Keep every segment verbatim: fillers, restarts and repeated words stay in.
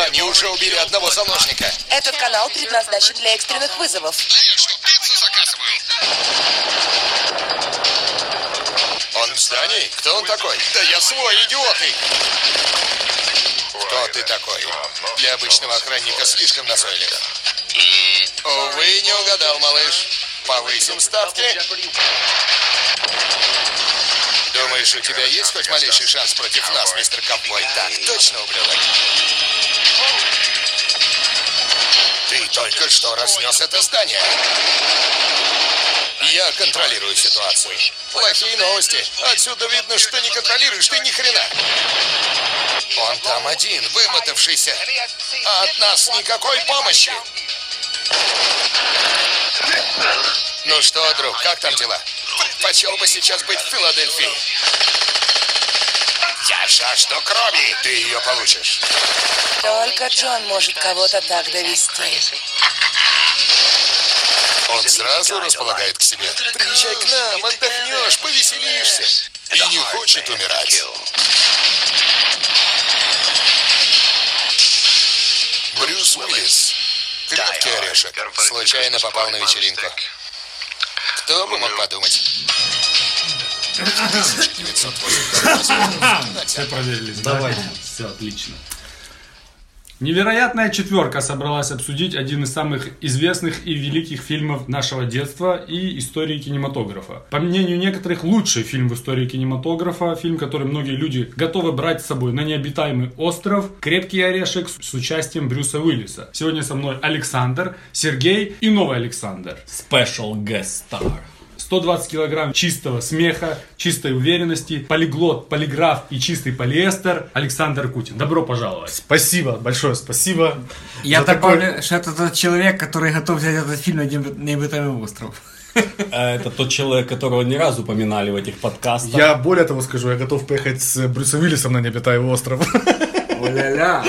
Они уже убили одного заложника. Этот канал предназначен для экстренных вызовов. А я что, пиццу заказываю? Он в здании? Кто он такой? Да я свой, идиоты! Кто ты такой? Для обычного охранника слишком назойлив. Увы, не угадал, малыш. Повысим ставки. Думаешь, у тебя есть хоть малейший шанс против нас, мистер Ковбой? Так точно, ублюдок. Ты только что разнес это здание. Я контролирую ситуацию. Плохие новости. Отсюда видно, что не контролируешь ты ни хрена. Он там один, вымотавшийся. А от нас никакой помощи. Ну что, друг, как там дела? Предпочел бы сейчас быть в Филадельфии. Я жажду крови. Ты ее получишь. Только Джон может кого-то так довести. Он сразу располагает к себе. Приезжай к нам, отдохнешь, повеселишься. И не хочет умирать. Брюс Уиллис. Крепкий орешек. Случайно попал на вечеринку. Кто бы мог подумать? Все проверили. Давайте. Все отлично. Невероятная четверка собралась обсудить один из самых известных и великих фильмов нашего детства и истории кинематографа. По мнению некоторых, лучший фильм в истории кинематографа, фильм, который многие люди готовы брать с собой на необитаемый остров, «Крепкий орешек» с участием Брюса Уиллиса. Сегодня со мной Александр, Сергей и новый Александр. Special guest star. сто двадцать килограмм чистого смеха, чистой уверенности, полиглот, полиграф и чистый полиэстер Александр Кутин. Добро пожаловать. Спасибо, большое спасибо. Я такой... добавлю, что это тот человек, который готов взять этот фильм на необитаемый остров. Это тот человек, которого не раз упоминали в этих подкастах. Я более того скажу, я готов поехать с Брюсом Уиллисом на необитаемый остров. О-ля-ля.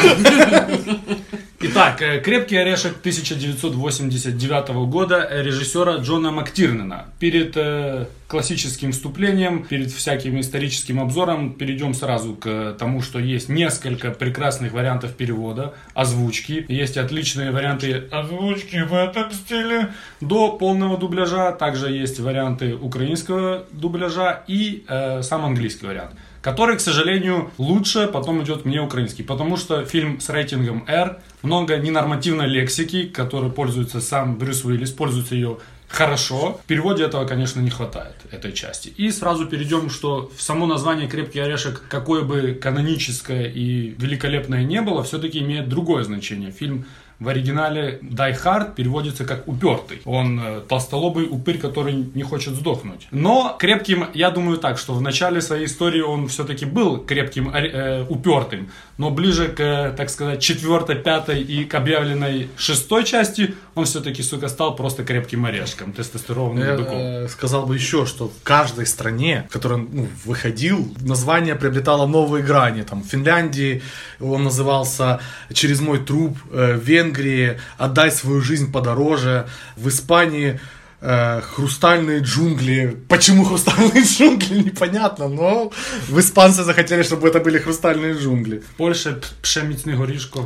Итак, «Крепкий орешек» тысяча девятьсот восемьдесят девятого года режиссера Джона Мактирнана. Перед э, классическим вступлением, перед всяким историческим обзором перейдем сразу к тому, что есть несколько прекрасных вариантов перевода, озвучки. Есть отличные варианты озвучки в этом стиле до полного дубляжа. Также есть варианты украинского дубляжа и э, сам английский вариант, который, к сожалению, лучше потом идет мне украинский, потому что фильм с рейтингом R, много ненормативной лексики, которой пользуется сам Брюс Уиллис, пользуется ее хорошо. В переводе этого, конечно, не хватает, этой части. И сразу перейдем, что в само название «Крепкий орешек», какое бы каноническое и великолепное не было, все-таки имеет другое значение. Фильм в оригинале Die Hard переводится как «упертый». Он э, толстолобый упырь, который не хочет сдохнуть. Но крепким, я думаю так, что в начале своей истории он все-таки был крепким, э, упертым. Но ближе к, так сказать, четвертой, пятой и к объявленной шестой части он все-таки, сука, стал просто крепким орешком, тестостерованным Я быком. э, сказал бы еще, что в каждой стране, в которой он ну, выходил, название приобретало новые грани. Там, в Финляндии он назывался «Через мой труп», э, в Венгрии «Отдай свою жизнь подороже», в Испании э, «Хрустальные джунгли». Почему хрустальные джунгли, непонятно, но в испанцы захотели, чтобы это были хрустальные джунгли. В Польше «Пшемицный горишко».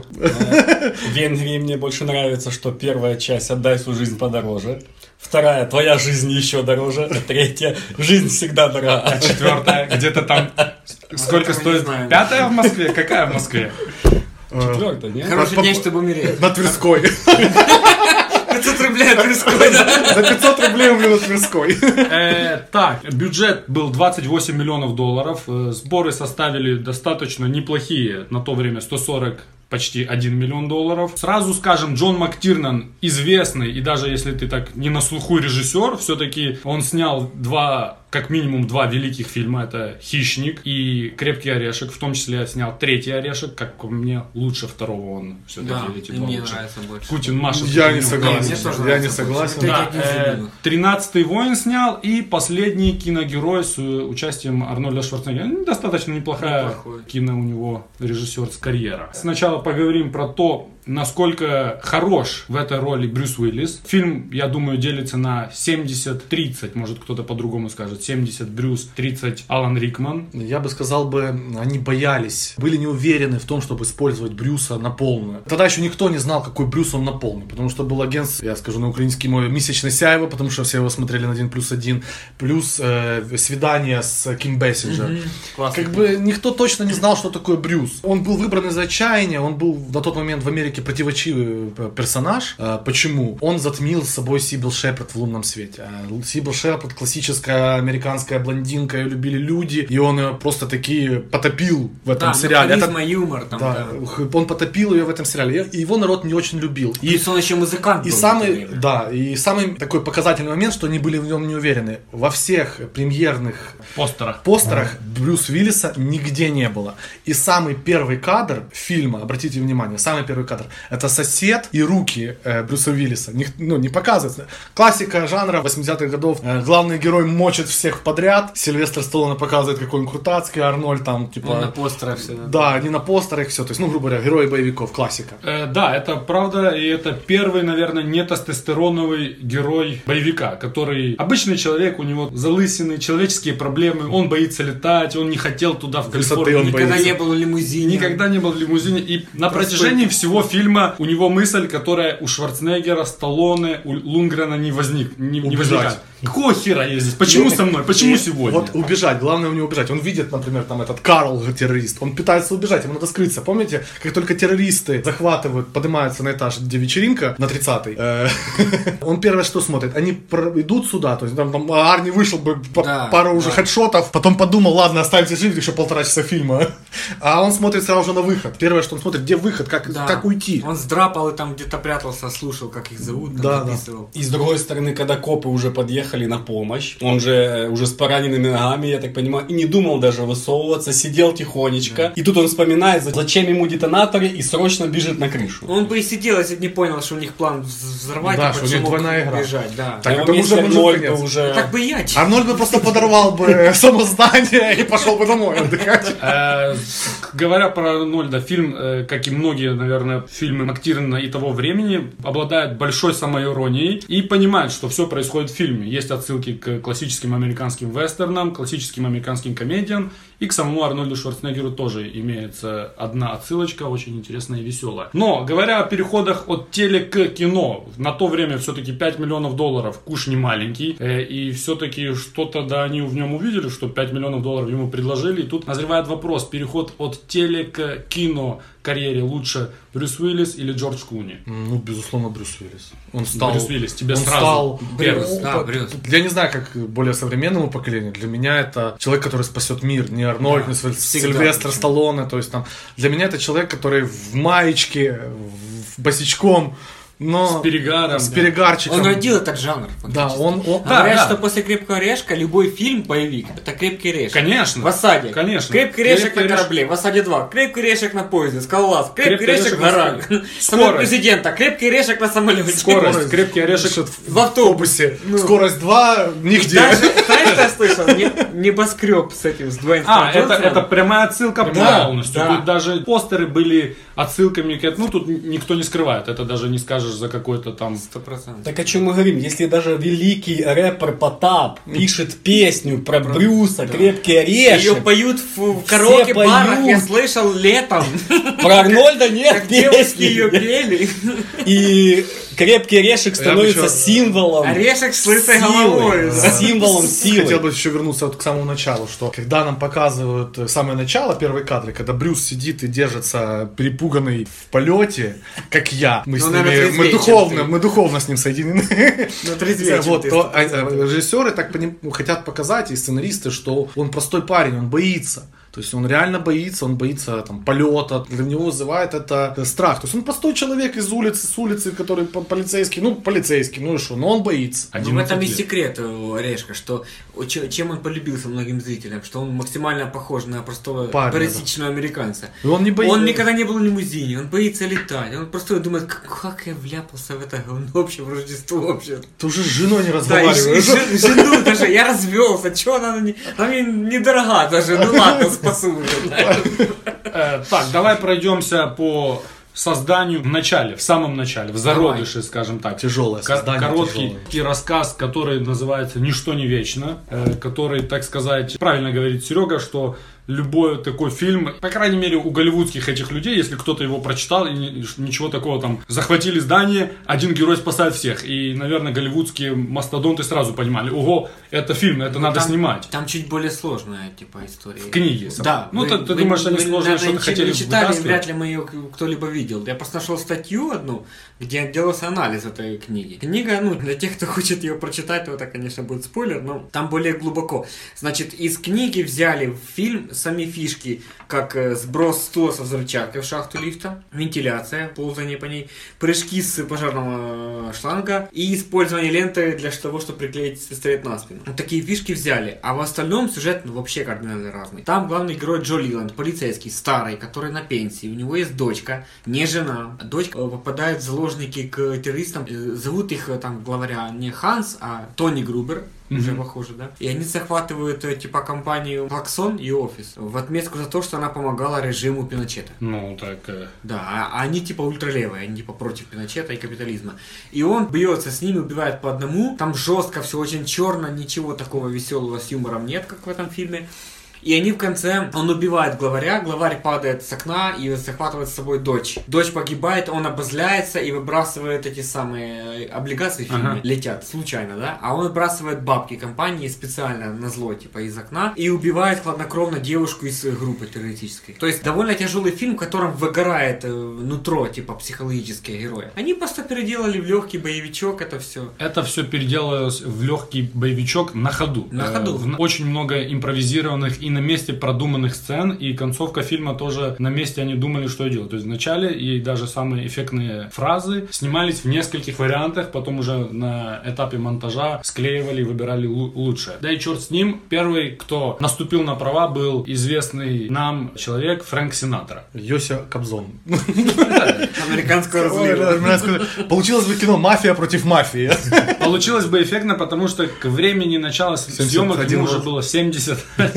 В Венгрии мне больше нравится, что первая часть «Отдай свою жизнь подороже», вторая «Твоя жизнь еще дороже», третья «Жизнь всегда дорога». А четвертая где-то там сколько стоит? Пятая в Москве? Какая в Москве? Четвертая, нет? Хороший день, чтобы умереть. На Тверской. пятьсот рублей на Тверской, да? За пятьсот рублей умру на Тверской. Э, так, бюджет был двадцать восемь миллионов долларов. Э, Сборы составили достаточно неплохие на то время, сто сорок, почти один миллион долларов. Сразу скажем, Джон Мактирнан известный, и даже если ты так не на слуху режиссер, все-таки он снял два, как минимум два великих фильма. Это «Хищник» и «Крепкий орешек». В том числе я снял «Третий орешек». Как по мне, лучше второго он все-таки Да, эти и два мне лучше. нравится больше. Путин машет. Я не Ну, согласен. мне тоже Я нравится не согласен. больше. Да, Один из э, любимых. «Тринадцатый воин» снял, и последний киногерой с э, участием Арнольда Шварценеггера. Достаточно неплохая Неплохой. кино у него режиссерская карьера. Сначала поговорим про то, насколько хорош в этой роли Брюс Уиллис. Фильм, я думаю, делится на семьдесят тридцать, может кто-то по-другому скажет. семьдесят Брюс, тридцать Алан Рикман. Я бы сказал бы, они боялись, были не уверены в том, чтобы использовать Брюса на полную. Тогда еще никто не знал, какой Брюс он на полную, потому что был агент, я скажу на украинский мой, «Месячный Сяева», потому что все его смотрели на один плюс один, плюс э, «Свидание» с Ким Бессинджер. Mm-hmm. Как бы никто точно не знал, что такое Брюс. Он был выбран из отчаяния, он был на тот момент в Америке противоречивый персонаж. А, почему? Он затмил с собой Сибил Шепард в «Лунном свете». А Сибил Шепард классическая американская блондинка, ее любили люди, и он ее просто таки потопил в этом да, сериале. Это юмор там. Да, да. Он потопил ее в этом сериале. И его народ не очень любил. И он еще музыкант. И был самый, да, и самый такой показательный момент, что они были в нем не уверены. Во всех премьерных постерах, постерах Брюс Уиллиса нигде не было. И самый первый кадр фильма, обратите внимание, самый первый кадр, это сосед и руки э, Брюса Уиллиса. Не, ну, не показывается. Классика жанра восьмидесятых годов. Э, главный герой мочит всех подряд. Сильвестр Сталлоне показывает, какой он крутацкий, Арнольд там, типа... Ну, на постерах все. Да, да, не на постерах все. То есть, ну, грубо говоря, герои боевиков, классика. Э, да, это правда, и это первый, наверное, нетестостероновый герой боевика, который... Обычный человек, у него залысины, человеческие проблемы, он боится летать, он не хотел туда, в Калифорнию. Он Никогда боится. не был в лимузине. Никогда не был в лимузине. И на Простой. протяжении всего фильма у него мысль, которая у Шварценеггера, Сталлоне, у Лунгрена не, возник, не, не возникает. Какого хера я здесь? Почему со мной? Почему сегодня? Вот убежать, главное у него убежать. Он видит, например, там этот Карл, террорист, он пытается убежать, ему надо скрыться. Помните, как только террористы захватывают, поднимаются на этаж, где вечеринка, на тридцатый, он первое что смотрит, они идут сюда, то есть там Арни вышел бы, пару уже хедшотов, потом подумал, ладно, оставимся жить, еще полтора часа фильма. А он смотрит сразу же на выход. Первое, что он смотрит, где выход, как, да. как уйти. Он сдрапал и там где-то прятался, слушал, как их зовут, там да, записывал. Да. И с другой стороны, когда копы уже подъехали на помощь, он же уже с пораненными ногами, я так понимаю, и не думал даже высовываться, сидел тихонечко. Да. И тут он вспоминает, зачем ему детонаторы, и срочно бежит на крышу. Он бы и сидел, если бы не понял, что у них план взорвать, да, а что у них двойная игра. Бежать, да. Так, это уже Арнольд бы уже... Так бы я. Арнольд бы просто подорвал бы само здание и пошел бы домой отдыхать. Говоря про Арнольда, фильм, как и многие, наверное, фильмы Мактирнана и того времени, обладает большой самоиронией и понимает, что все происходит в фильме. Есть отсылки к классическим американским вестернам, классическим американским комедиям, и к самому Арнольду Шварценеггеру тоже имеется одна отсылочка, очень интересная и веселая. Но, говоря о переходах от теле к кино, на то время все-таки пять миллионов долларов, куш не маленький, и все-таки что-то, да, они в нем увидели, что пять миллионов долларов ему предложили, и тут назревает вопрос, переход от теле к кино карьере лучше Брюс Уиллис или Джордж Клуни? Ну, безусловно, Брюс Уиллис. Он стал... Брюс Уиллис, тебе он сразу... Стал, Брюс, да, Брюс. Я не знаю, как более современному поколению, для меня это человек, который спасет мир. Не Арнольд, да, не Сильвестр Сталлоне. То есть, там, для меня это человек, который в маечке, в босичком, но с перегаром, с да. перегарчиком. Он родил этот жанр. Да, он, он... А говорят, да, что да. после «Крепкого орешка» любой фильм, боевик, это «Крепкий орешек». Конечно. В осаде. Конечно. «Крепкий орешек» Крепкий на корабле, в осаде два. «Крепкий орешек» на поезде, скалолаз. «Крепкий орешек» в горах. Самолет президента. «Крепкий орешек» на самолете. Скорость. «Крепкий орешек» в автобусе. Ну, скорость два, нигде. Даже, знаешь, что я слышал? Небоскреб с этим, с Дуэйном А, это, это прямая отсылка да, полностью. Да. Тут даже постеры были отсылками к этому. Ну, тут никто не скрывает. Это даже не скажешь за какой-то там... Сто процентов. Так о чем мы говорим? Если даже великий рэпер Потап пишет песню про Брюса, да. «Крепкий орешек». Ее поют в, в караоке-барах, я слышал летом. Про Арнольда нет песни. Девушки ее пели. И «Крепкий орешек» становится символом орешек с лысой головой. Символом силы. Хотел бы еще вернуться вот к самому началу, что когда нам показывают самое начало, первые кадры, когда Брюс сидит и держится перепуганный в полете, как я, мы, ну, с наверное, ними, мы, духовно, мы духовно с ним соединены. Ну, трезвее, вот, то, а, режиссеры так поним, хотят показать, и сценаристы, что он простой парень, он боится. То есть он реально боится, он боится там полета, для него вызывает это страх. То есть он простой человек из улицы, с улицы, который полицейский, ну полицейский, ну и что, но он боится. Ну, в этом и секрет у Орешка, что чем он полюбился многим зрителям, что он максимально похож на простого парисичного да. американца. И он не боится. Он никогда не был в лимузине, он боится летать, он просто думает, как, как я вляпался в это говно вообще в Рождество вообще. Ты уже с женой не разговариваешь. Да, и, и, жену даже, я развелся, что она, она мне недорога даже, ну ладно, спасу уже. Так, давай пройдемся по созданию в начале, в самом начале, в зародыше, Давай. скажем так. Тяжелое создание. Короткий тяжелое. рассказ, который называется «Ничто не вечно», э, который, так сказать, правильно говорит Серега, что любой такой фильм, по крайней мере у голливудских этих людей, если кто-то его прочитал и ничего такого там, захватили здание, один герой спасает всех. И, наверное, голливудские мастодонты сразу понимали, ого, это фильм, это ну, надо там, снимать. Там чуть более сложная типа история. В книге. Да. Ну, вы, ты, ты вы, думаешь, они вы, сложные, что-то хотели не читали, вытаскивать? вряд ли мы ее кто-либо видел. Я просто нашел статью одну, где делался анализ этой книги. Книга, ну, для тех, кто хочет ее прочитать, то это, конечно, будет спойлер, но там более глубоко. Значит, из книги взяли в фильм сами фишки, как э, сброс стула со взрывчаткой в шахту лифта, вентиляция, ползание по ней, прыжки с пожарного э, шланга и использование ленты для того, чтобы приклеить пистолет на спину. Вот такие фишки взяли, а в остальном сюжет ну, вообще кардинально разный. Там главный герой Джо Лиланд, полицейский, старый, который на пенсии, у него есть дочка, не жена. Дочка э, попадает в заложники к террористам, э, зовут их э, там главаря не Ханс, а Тони Грубер. Уже mm-hmm. похоже, да? И они захватывают, типа, компанию Клаксон и Офис в отместку за то, что она помогала режиму Пиночета. Ну, так... Э... Да, а они, типа, ультралевые, они, типа, против Пиночета и капитализма. И он бьется с ними, убивает по одному. Там жестко, все очень черно, ничего такого веселого с юмором нет, как в этом фильме. И они в конце, он убивает главаря, главарь падает с окна и захватывает с собой дочь. Дочь погибает, он обозляется и выбрасывает эти самые облигации в фильме, ага. летят случайно, да? А он выбрасывает бабки компании специально на зло, типа, из окна и убивает хладнокровно девушку из группы террористической. То есть довольно тяжелый фильм, в котором выгорает нутро, типа, психологические герои. Они просто переделали в легкий боевичок это все. Это все переделалось в легкий боевичок на ходу. На ходу. Э, очень много импровизированных и на месте продуманных сцен, и концовка фильма тоже на месте они думали, что делать. То есть вначале и даже самые эффектные фразы снимались в нескольких вариантах, потом уже на этапе монтажа склеивали и выбирали л- лучшее. Да и черт с ним, первый, кто наступил на права, был известный нам человек Фрэнк Синатра. Йося Кобзон. Американского разлива. Получилось бы кино «Мафия против мафии». Получилось бы эффектно, потому что к времени начала съемок ему уже было семьдесят.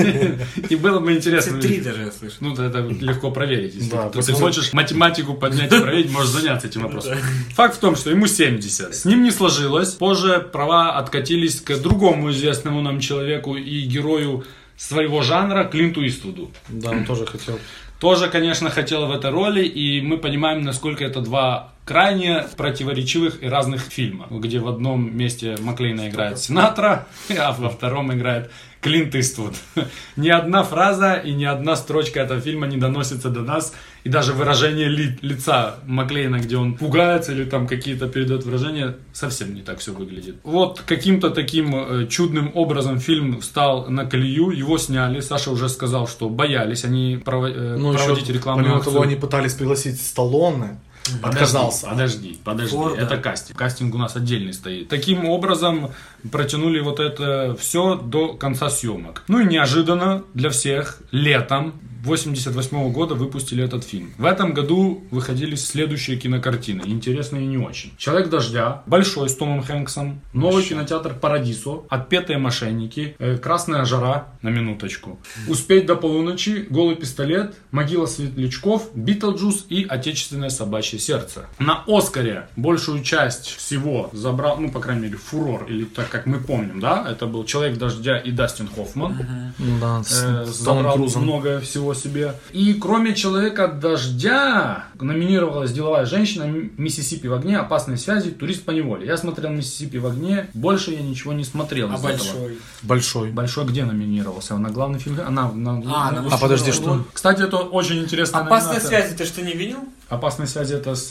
И было бы интересно. семьдесят три даже, я слышу. Ну, это легко проверить. Если да, ты хочешь математику поднять и проверить, можешь заняться этим вопросом. Факт в том, что ему семьдесят. С ним не сложилось. Позже права откатились к другому известному нам человеку и герою своего жанра Клинту Иствуду. Да, он тоже хотел. Тоже, конечно, хотел в этой роли, и мы понимаем, насколько это два крайне противоречивых и разных фильма, где в одном месте Маклейна играет Синатра, а во втором играет Клинт Иствуд. Ни одна фраза и ни одна строчка этого фильма не доносится до нас, и даже выражение ли, лица Маклейна, где он пугается или там какие-то передает выражения, совсем не так все выглядит. Вот каким-то таким э, чудным образом фильм встал на колею, его сняли, Саша уже сказал, что боялись они прово- э, ну, проводить рекламную помимо акцию. того, они пытались пригласить Сталлоне. Подожди, отказался. Подожди, подожди. Форда. Это кастинг. Кастинг у нас отдельный стоит. Таким образом протянули вот это все до конца съемок. Ну и неожиданно для всех летом восемьдесят восьмого года выпустили этот фильм. В этом году выходили следующие кинокартины, интересные и не очень. «Человек дождя», «Большой» с Томом Хэнксом, новый Вообще. кинотеатр «Парадисо», «Отпетые мошенники», «Красная жара», на минуточку, «Успеть до полуночи», «Голый пистолет», «Могила светлячков», «Битлджус» и «Отечественное собачье сердце». На «Оскаре» большую часть всего забрал, ну, по крайней мере, фурор, или так как мы помним, да, это был «Человек дождя» и Дастин Хоффман. Uh-huh. Да, с, э, с забрал много всего себе. И кроме «Человека дождя» номинировалась «Деловая женщина», «Миссисипи в огне», «Опасные связи», «Турист по неволе». Я смотрел «Миссисипи в огне», больше я ничего не смотрел. А «Большой»? Этого. «Большой». «Большой» где номинировался? На главный фильм? Она, на, а, на, на, а подожди, что? Кстати, это очень интересно. «Опасные связи» ты что, не видел? «Опасные связи» это с...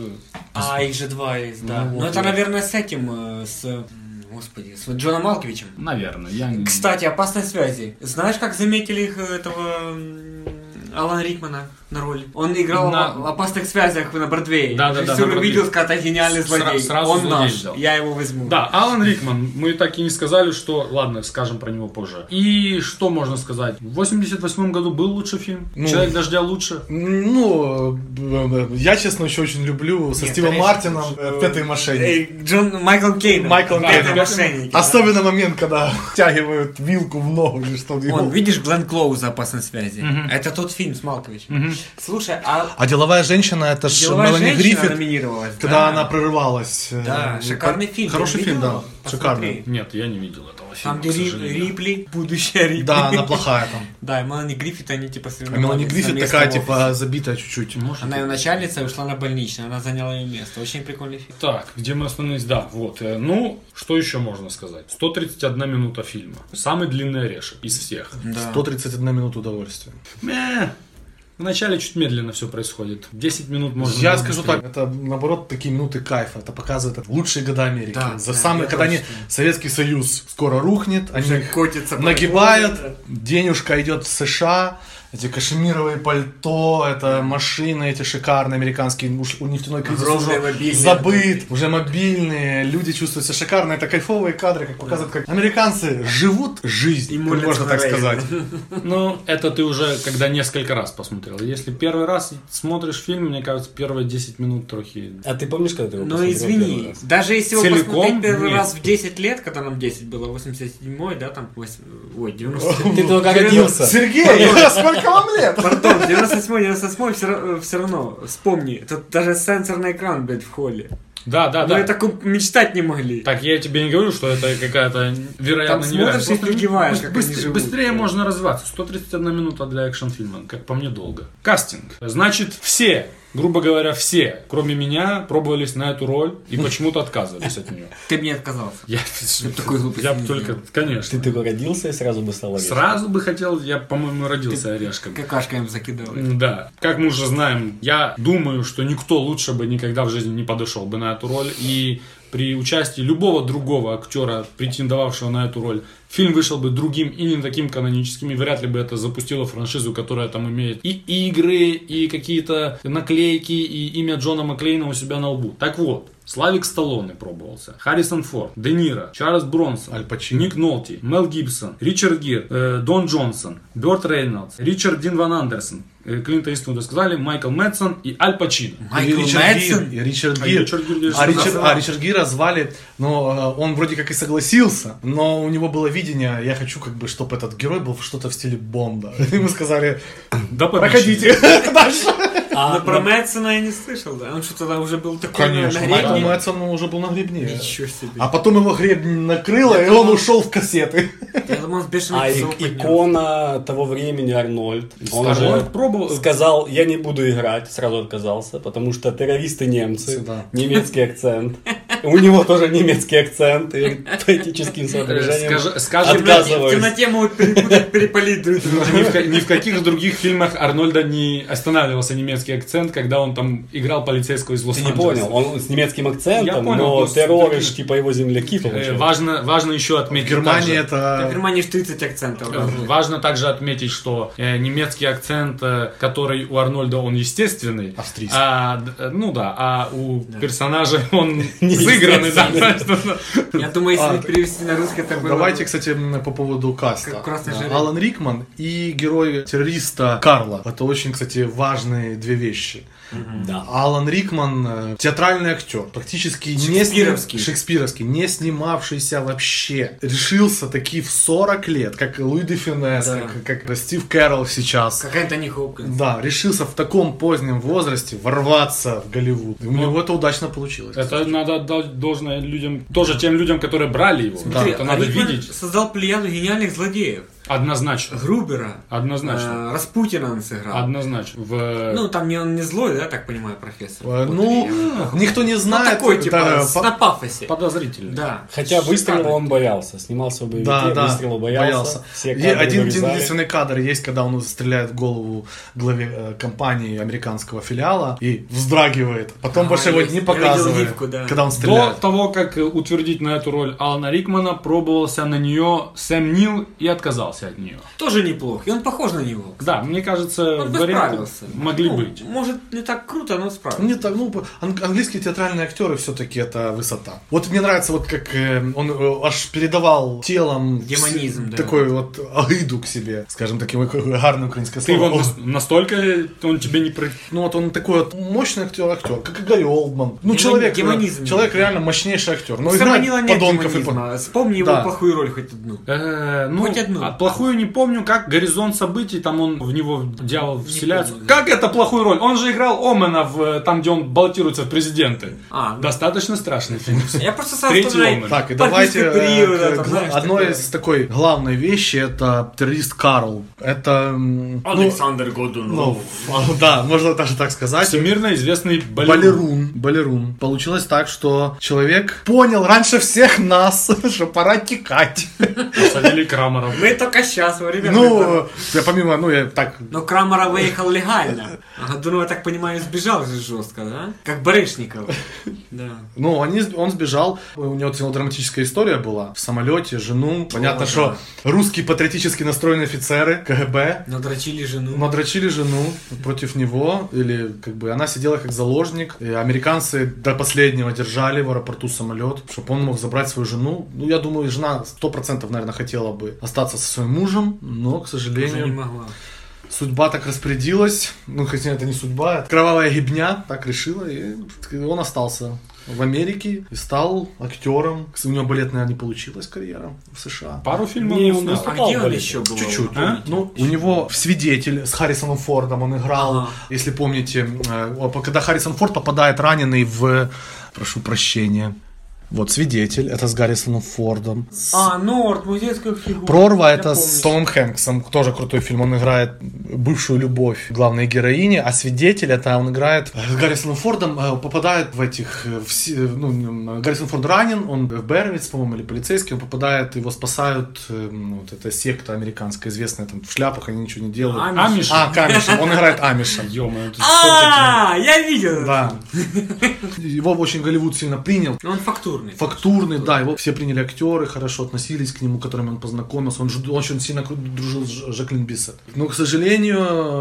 А, их же два есть, да. Ну, ну это, наверное, с этим, с... Господи, с Джоном Малковичем. Наверное. Я... Кстати, «Опасные связи». Знаешь, как заметили их этого... Алана Рикмана на роли. Он играл на... в «Опасных связях» на Бродвее. Да, да, да. Все увидел, сказать, это гениальный злодей. Сразу Он злодей наш, взял. Я его возьму. Да, Алан Рикман. Мы так и не сказали, что... Ладно, скажем про него позже. И что можно сказать? В восемьдесят восьмом году был лучший фильм? Ну, «Человек дождя» лучше? Ну, я, честно, еще очень люблю со Нет, Стивом Мартином «Пятый мошенник». Джон Майкл Кейн. Майкл Кейн. Мошенники. Особенно да. момент, когда втягивают вилку в ногу или что-то. Вон, видишь Глен Клоуз за «Опасные связи». Угу. Это тот фильм с Малковичем. Угу. Слушай, а А «Деловая женщина» это ж «Деловая Мелани женщина» Гриффит, номинировалась, когда да. она прорывалась. э, Да, ну, шикарный хор- фильм. Хороший Ты фильм, да. видел? Шикарный. Посмотри. Нет, я не видел этого фильма, Там, где к Ри- сожалению. Рипли, будущая Рипли. Да, она плохая там. Да, и Мелани Гриффит, они типа А соревновались Мелани за Гриффит место такая, в типа, офисе. забитая чуть-чуть. Может, Она ее и- начальница и ушла на больничный, она заняла ее место. Очень прикольный фильм. Так, где мы остановились? Да, вот. э, Ну, что еще можно сказать? сто тридцать одна минута фильма. Самый длинный орешек из всех. Да. сто тридцать одна минута удовольствия. Мeh. Вначале чуть медленно все происходит. десять минут можно... Я было скажу быстрее. так, это наоборот такие минуты кайфа. Это показывает это лучшие годы Америки. Да, За да, самые, я когда они, тоже. Советский Союз скоро рухнет, они Уже их котится по нагибают, полу, денежка идет в США, эти кашемировые пальто, это машины эти шикарные американские, уж у нефтяной кризис Огромные уже мобильные. забыт, уже мобильные, люди чувствуют себя шикарно, это кайфовые кадры, как показывают, как американцы живут жизнь, И молятся можно на так Рейгана. сказать. Ну, это ты уже когда несколько раз посмотрел. Если первый раз смотришь фильм, мне кажется, первые десять минут трохи... А ты помнишь, когда ты его Ну посмотрел первый извини, раз? даже если его Целиком? посмотреть первый Нет. раз в десять лет, когда нам десять было, восемьдесят седьмой, да, там, восемь- ой, девяносто седьмой. Ты только родился. Сергей, сколько вам лет? Пардон, девяносто седьмой, девяносто восьмой, все, все равно, вспомни, тут даже сенсорный экран, блядь, в холле. Да, да, Мы да. о таком мечтать не могли. Так я тебе не говорю, что это какая-то вероятно Там невероятная. смотришь и Просто офигеваешь, быс- как быстр- они живут. Быстрее можно развиваться. сто тридцать одна минута для экшн-фильма, как по мне, долго. Кастинг. Значит, все, грубо говоря, все, кроме меня, пробовались на эту роль и почему-то отказывались от нее. Ты мне отказался. Я, такой глупости я не бы только, делал. конечно. Ты только родился и сразу бы стал орешком. Сразу бы хотел, я, по-моему, родился орешком. Какашка им закидывали. Да. Как мы уже знаем, я думаю, что никто лучше бы никогда в жизни не подошел бы на эту роль. И при участии любого другого актера, претендовавшего на эту роль, фильм вышел бы другим и не таким каноническим, и вряд ли бы это запустило франшизу, которая там имеет и игры, и какие-то наклейки, и имя Джона Маклейна у себя на лбу. Так вот, Славик Сталлоне пробовался, Харрисон Форд, Де Ниро, Чарльз Бронсон, Аль Пачино. Ник Нолти, Мел Гибсон, Ричард Гир, э, Дон Джонсон, Бёрт Рейнольдс, Ричард Дин Ван Андерсон, э, Клинта Иствуда сказали, Майкл Мэтсон и Аль Пачино. Майкл И Ричард Мэтсон? Гир, и Ричард А Гир. Ричард Гир здесь А Ричард, назвал. а Ричард Гира звали, но э, он вроде как и согласился, но у него было видение, я хочу как бы, чтобы этот герой был что-то в стиле Бонда. И мы сказали, Да, проходите дальше. Но про Мэтсона я не слышал, да? Он что тогда уже был такой на Конечно, гребне? Майкл Мэтсон уже был на гребне. Ничего себе. А потом его гребень накрыло, и он ушел в кассеты. Я думал, он с бешеных А псов и- поднялся. икона того времени Арнольд. Он Арнольд же пробовал- сказал, я не буду играть, сразу отказался, потому что террористы немцы, Да. немецкий акцент. У него тоже немецкий акцент, и по этическим соображениям Скажи- скажи, В темноте- в отказываюсь. темноте могут перепутать, перепалить друг друга. Ни в, ка- ни в каких других фильмах Арнольда не останавливался немецкий акцент, когда он там играл полицейского из Ты Лос-Анджелеса. не понял, он с немецким Я акцентом, понял, но просто терроры такие- ж типа его земляки Э, получают. важно, важно еще В отметить Германии также- В это... Германии ж тридцать акцентов. Э, Важно также отметить, что э, немецкий акцент, э, который у Арнольда, он естественный. Австрийский. А, д- э, ну да, а у персонажа он Неестественный. сыгранный. Да. Я думаю, если А, перевести на русский, это было... Давайте, кстати, м, по поводу каста. Как красный Да. жереб. Алан Рикман и герой террориста Карла. Это очень, кстати, важные две вещи. Да. Алан Рикман э, театральный актер, практически не сни- Шекспировский. шекспировский, не снимавшийся вообще. Решился таки в сорок лет, как Луи де Фюнес, Да. как, как Стив Кэрролл сейчас. Как Энтони Хопкинс. Да, решился в таком позднем возрасте ворваться в Голливуд. И у него это удачно получилось. Это надо отдать должное людям, тоже тем людям, которые брали его. Да, это надо а Рикман видеть. создал плеяду гениальных злодеев. Однозначно. Грубера. Однозначно. э, Распутина он сыграл. Однозначно. В... Ну, там не, он не злой, да, так понимаю, профессор? Э, Вот Ну, я- никто не Ну, знает. такой, типа, да, с- по- на пафосе. Подозрительно. Да. Хотя выстрела Шикарно. он боялся, снимался в боевике, Да, да, выстрела боялся. Все И кадры один вырезали. единственный кадр есть, когда он стреляет в голову главе э, компании американского филиала и вздрагивает. Потом А, больше его есть. не Я видел показывает, гифку, да. когда он До стреляет. того, как э, утвердить на эту роль Алана Рикмана, пробовался на нее Сэм Нил и отказался от нее. Тоже неплох. И он похож на него. Да, мне кажется, Он бы варианты справился. могли Ну, быть. Может, не так круто, но справился. Не так, ну, ан- английские театральные актеры все-таки это высота. Вот мне нравится, вот как э, он э, аж передавал телом Демонизм, вс- да. такой вот агиду к себе, скажем, таким гарным украинское Ты слово. его О, нас- настолько он тебе не про... Ну вот он такой вот мощный актер, актер, как и Гарри Олдман. Ну Демон- человек, демонизм. человек реально мощнейший актер. Но У Сэма играет Нила нет подонков и демонизма. по- Вспомни Да. его плохую роль хоть одну. Э, ну, Хоть одну. а плохую не помню, как «Горизонт событий», там он в него дьявол вселяется. помню, Как это плохую роль? Он же играл Омена в, там, где он баллотируется в президенты. А, ну. Достаточно страшный фильм. Я просто сразу Третий вспоминаю Омен. Так, и «Парковый давайте период», э, это, к- знаешь, одной такое. из такой главной вещи это террорист Карл. Это м, ну, Александр ну, Годунов. да, можно даже так сказать. Всемирно известный балерун. Балерун, балерун. Получилось так, что человек понял раньше всех нас, что пора текать. Посадили Крамера. Мы только сейчас, во время... Ну, я помимо, ну, я так... Но Крамера выехал легально. А Годунов, я так понимаю, сбежал же жестко, да? Как Барышников. Да. Ну, они, он сбежал, у него целая драматическая история была. В самолете, жену. Понятно, О, что русские патриотически настроенные офицеры, КГБ, Надрочили жену. надрочили жену против него, или как бы она сидела как заложник, и американцы до последнего держали в аэропорту самолет, чтобы он мог забрать свою жену. Ну, я думаю, жена сто процентов, наверное, хотела бы остаться со своим мужем, но, к Уже не сожалению, могла. судьба так распорядилась, ну, хотя это не судьба, это кровавая гибня так решила, и он остался в Америке и стал актером. У него балетная не получилась карьера в США. Пару фильмов Не, он он снял. А где он еще был? Чуть-чуть. А? Ну, у него свидетель с Харрисоном Фордом, он играл, Ага. если помните, э, когда Харрисон Форд попадает раненый в, прошу прощения, вот свидетель, это с Гаррисоном Фордом. А, Норд, музейская фигура. Прорва Я это помню. с Томом Хэнксом, тоже крутой фильм, он играет бывшую любовь главной героини, а свидетель это он играет с Гаррисоном Фордом, э, попадает в этих, э, в си- ну, Гаррисон Форд ранен, он Бервиц, по-моему, или полицейский, он попадает, его спасают, э, ну, вот эта секта американская известная, там в шляпах они ничего не делают. Амиш. Амиш. А, Камишем, он играет Амиша. Ё-моё, тут А, я видел. Да. Его очень Голливуд сильно принял. Но он фактурный. Фактурный, да, его все приняли актеры, хорошо относились к нему, к которым он познакомился. Он же очень сильно кру- дружил с Ж- Жаклин Биссет. Но, к сожалению,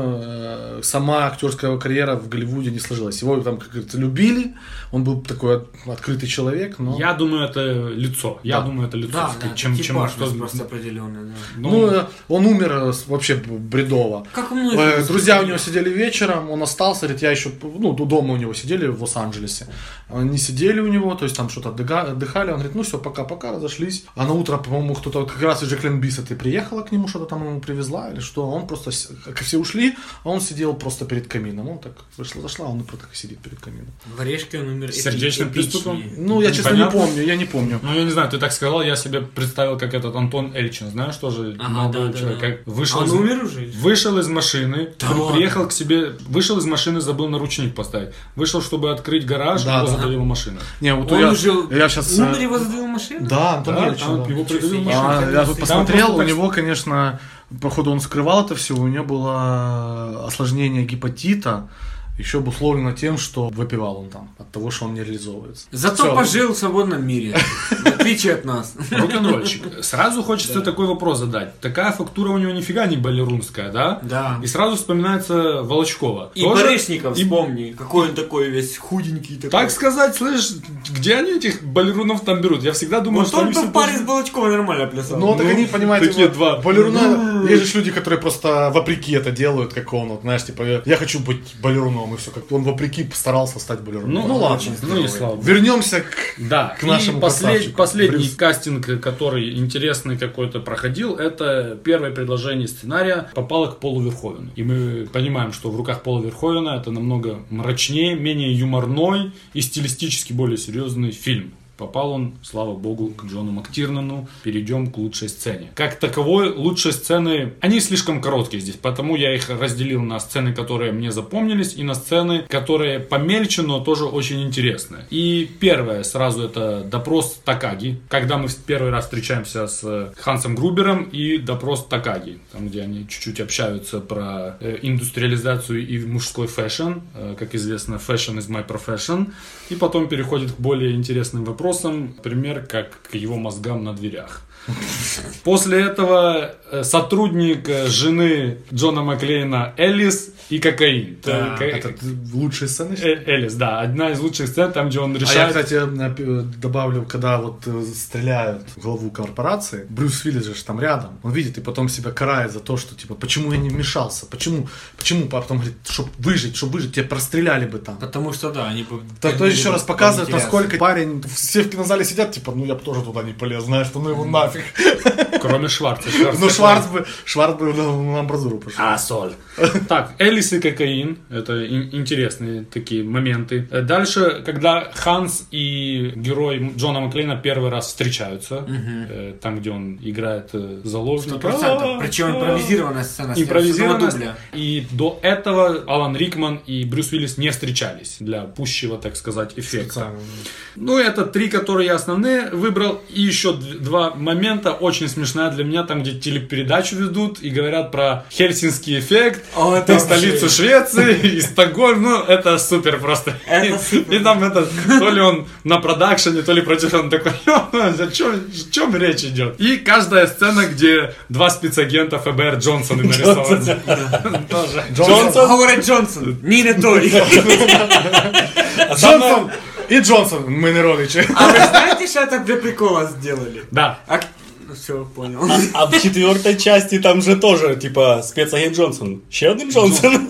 э, сама актерская карьера в Голливуде не сложилась. Его там, как говорится, любили, он был такой от- открытый человек, но... Я думаю, это лицо. Я Да. думаю, это лицо. Да, Сказать, да, чем, чем типажность что... просто определенная, да. Ну, Ну, э, он умер э, с- вообще бредово. Как у многих. Э, Друзья у него сидели вечером, он остался, говорит, я еще, ну, дома у него сидели в Лос-Анджелесе. Они сидели у него, то есть там что-то отдыга- отдыхали, он говорит, ну все, пока-пока, разошлись. А на утро, по-моему, кто-то, как раз и Жаклин Биссет и приехала к нему, что-то там ему привезла, или что, он просто, с- как все ушли, а он сидел просто перед камином. Он так вышла, зашла, а он просто так и сидит перед камином. В Орешке он умер эпи- Сердечным эпичнее. приступом? Ну, я, честно, не Непонятно. помню, я не помню. Ну, я не знаю, ты так сказал, я себе представил, как этот Антон Эльчин, знаешь, тоже Ага, молодой да, да, человек, да. как вышел, А он из, умер уже? вышел из машины, Да при- ладно? приехал к себе, вышел из машины, забыл наручник поставить, вышел, чтобы открыть гараж, Да, его да. задавила машина. Не, вот Он я, уже я сейчас... умер, его задавил машину? Да, Антон Да, Ильич, там да. его придавил себе. машину. А, я тут Там посмотрел, просто у так- него, конечно, походу он скрывал это все, у него было осложнение гепатита, еще обусловлено тем, что выпивал он там, от того, что он не реализовывается. Зато Всё. пожил в свободном мире. В отличие от нас. Рок-н-ролльщик. Сразу хочется такой вопрос задать. Такая фактура у него нифига не балерунская, да? Да. И сразу вспоминается Волочкова. И Тоже- Барышников, и- вспомни, какой он такой весь худенький такой. Так сказать, слышь, где они этих балерунов там берут? Я всегда думал, Вот что он они бы все в паре должны- с Балачковой нормально плясал. Ну, так они, понимаете, такие вот два. балеруна, есть же люди, которые просто вопреки это делают, как он, вот, знаешь, типа, я, я хочу быть балеруном, и все, как он вопреки постарался стать балеруном. Ну, Ну, ладно. очень Ну и слава богу. Вернемся к... Да, к нашему и послед- красавчику. последний Брюс. кастинг, который интересный какой-то проходил, это первое предложение сценария попало к Полу Верховену. И мы понимаем, что в руках Пола Верховена это намного мрачнее, менее юморной и стилистически более серьезный фильм. Попал он, слава богу, к Джону Мактирнану. Перейдем к лучшей сцене. Как таковой, лучшие сцены, они слишком короткие здесь, потому я их разделил на сцены, которые мне запомнились, и на сцены, которые помельче, но тоже очень интересные. И первое сразу это допрос Такаги, когда мы в первый раз встречаемся с Хансом Грубером, и допрос Такаги, там где они чуть-чуть общаются про э, индустриализацию и мужской фэшн. Э, как известно, fashion is my profession. И потом переходит к более интересным вопросам. Например, как к его мозгам на дверях. После этого э, сотрудник э, жены Джона Маклейна Элис и кокаин. Да, Э, ка- Это лучшие сцены? Э, Элис, да, одна из лучших сцен, там, где он А я, решает... кстати, э, добавлю, когда вот э, стреляют в главу корпорации, Брюс Уиллис же там рядом, он видит и потом себя карает за то, что, типа, почему я не вмешался, почему, почему, а потом говорит, чтобы выжить, чтобы выжить, тебя простреляли бы там. Потому что да, они... То, то еще раз показывает, насколько парень, все в кинозале сидят, типа, ну я бы тоже туда не полез, знаешь, что ну его нафиг. Кроме Шварца. Шварц Ну, как Шварц бы, Шварц бы на амбразуру пошел. А, соль. Так, Элис и кокаин. Это ин- интересные такие моменты. Э, Дальше, когда Ханс и герой Джона Маклейна первый раз встречаются, э, там, где он играет э, заложника. Сто процентов. Причем импровизированная сцена. с Импровизированность. дубля. И до этого Алан Рикман и Брюс Уиллис не встречались для пущего, так сказать, эффекта. Ну, это три, которые я основные выбрал. И еще д- два момента, очень смешная для меня, там, где телепередачу ведут и говорят про хельсинский эффект, О, это и столицу вообще. Швеции, и Стокгольм. Ну, это супер просто. Это И- супер. И там это, то ли он на продакшене, то ли против, он такой, о чем речь идет? И каждая сцена, где два спецагента эф бэ эр Джонсоны нарисованы. Тоже. Джонсон. Говорит Джонсон. Не не той. Джонсон и Джонсон Майнеровичи. А вы знаете, что это для прикола сделали? Да. А... Ну все, понял. А в четвертой части там же тоже, типа, спецагент Джонсон. Еще один Джонсон.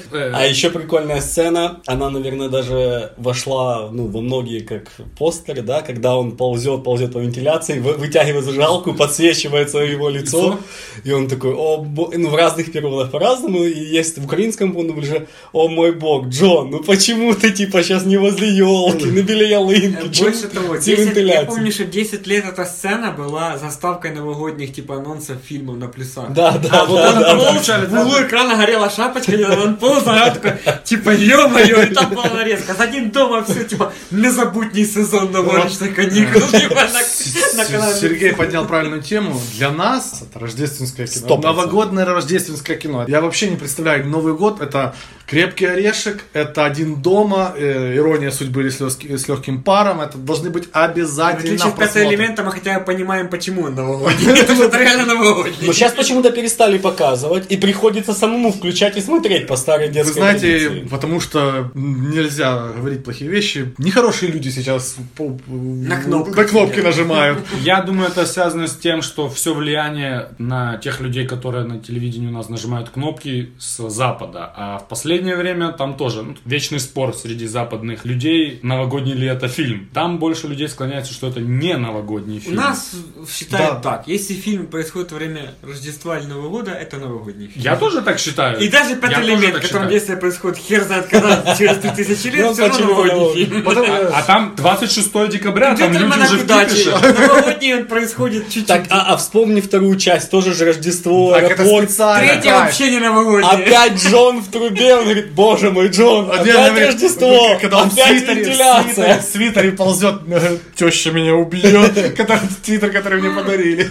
А еще прикольная сцена, она, наверное, даже вошла, ну, во многие как постеры, да, когда он ползет, ползет по вентиляции, вы- вытягивает зажигалку, подсвечивается его лицо, и он такой, о, бо-» ну, в разных переводах по-разному, и есть в украинском он уже, о мой бог, Джон, ну почему ты, типа, сейчас не возле елки, на беле ялинки, чё Больше того, те десять, я вентиляции?» помню, что десять лет эта сцена была заставкой новогодних типа анонсов фильмов на плюсах. Да, да, А вот да, он да, полз, в углу экрана горела шапочка, и он полз, а я такой, типа, ё-моё, и там была нарезка. За один дома все, типа, незабутний сезон новорічних каникул. Типа, на- на канале. Сергей поднял правильную тему. Для нас это рождественское кино. Сто процентов. Новогодное рождественское кино. Я вообще не представляю, Новый год это «Крепкий орешек», это «Один дома», э, «Ирония судьбы» или с, лёгки- с легким паром. Это должны быть В обязательно отличие от пятого просмотры. элемента, мы хотя бы понимаем, почему он новогодний. Это же реально новогодний. Но сейчас почему-то перестали показывать, и приходится самому включать и смотреть по старой Вы детской знаете, традиции. потому что нельзя говорить плохие вещи. Нехорошие люди сейчас по- На кнопку. на кнопки нажимают. Я думаю, это связано с тем, что все влияние на тех людей, которые на телевидении у нас нажимают кнопки с Запада. А в последнее время там тоже ну, вечный спор среди западных людей, новогодний ли это фильм. Там больше людей склоняется, что это не новогодний У фильм. нас считают Да. так, если фильм происходит во время Рождества или Нового года, это новогодний фильм. Я тоже так считаю. И даже пятый Я тоже элемент, в так котором считаю. действие происходит хер знает когда, через три тысячи лет, Ну, все равно почему новогодний новогодний? фильм. Потом, э, А там двадцать шестого декабря, там люди Джентльменах уже в удачи. кипише. Новогодний он происходит чуть-чуть. Так, а, а вспомни вторую часть, тоже же Рождество, так это аэропорт. специально. Третья Кайф. вообще не новогодний. Опять Джон в трубе, он говорит, боже мой, Джон, А опять где, говорит, Рождество, когда он в опять свитере, в вентиляция. свитере, в свитере ползет, э, теща меня убьет, который свитер, который мне подарили.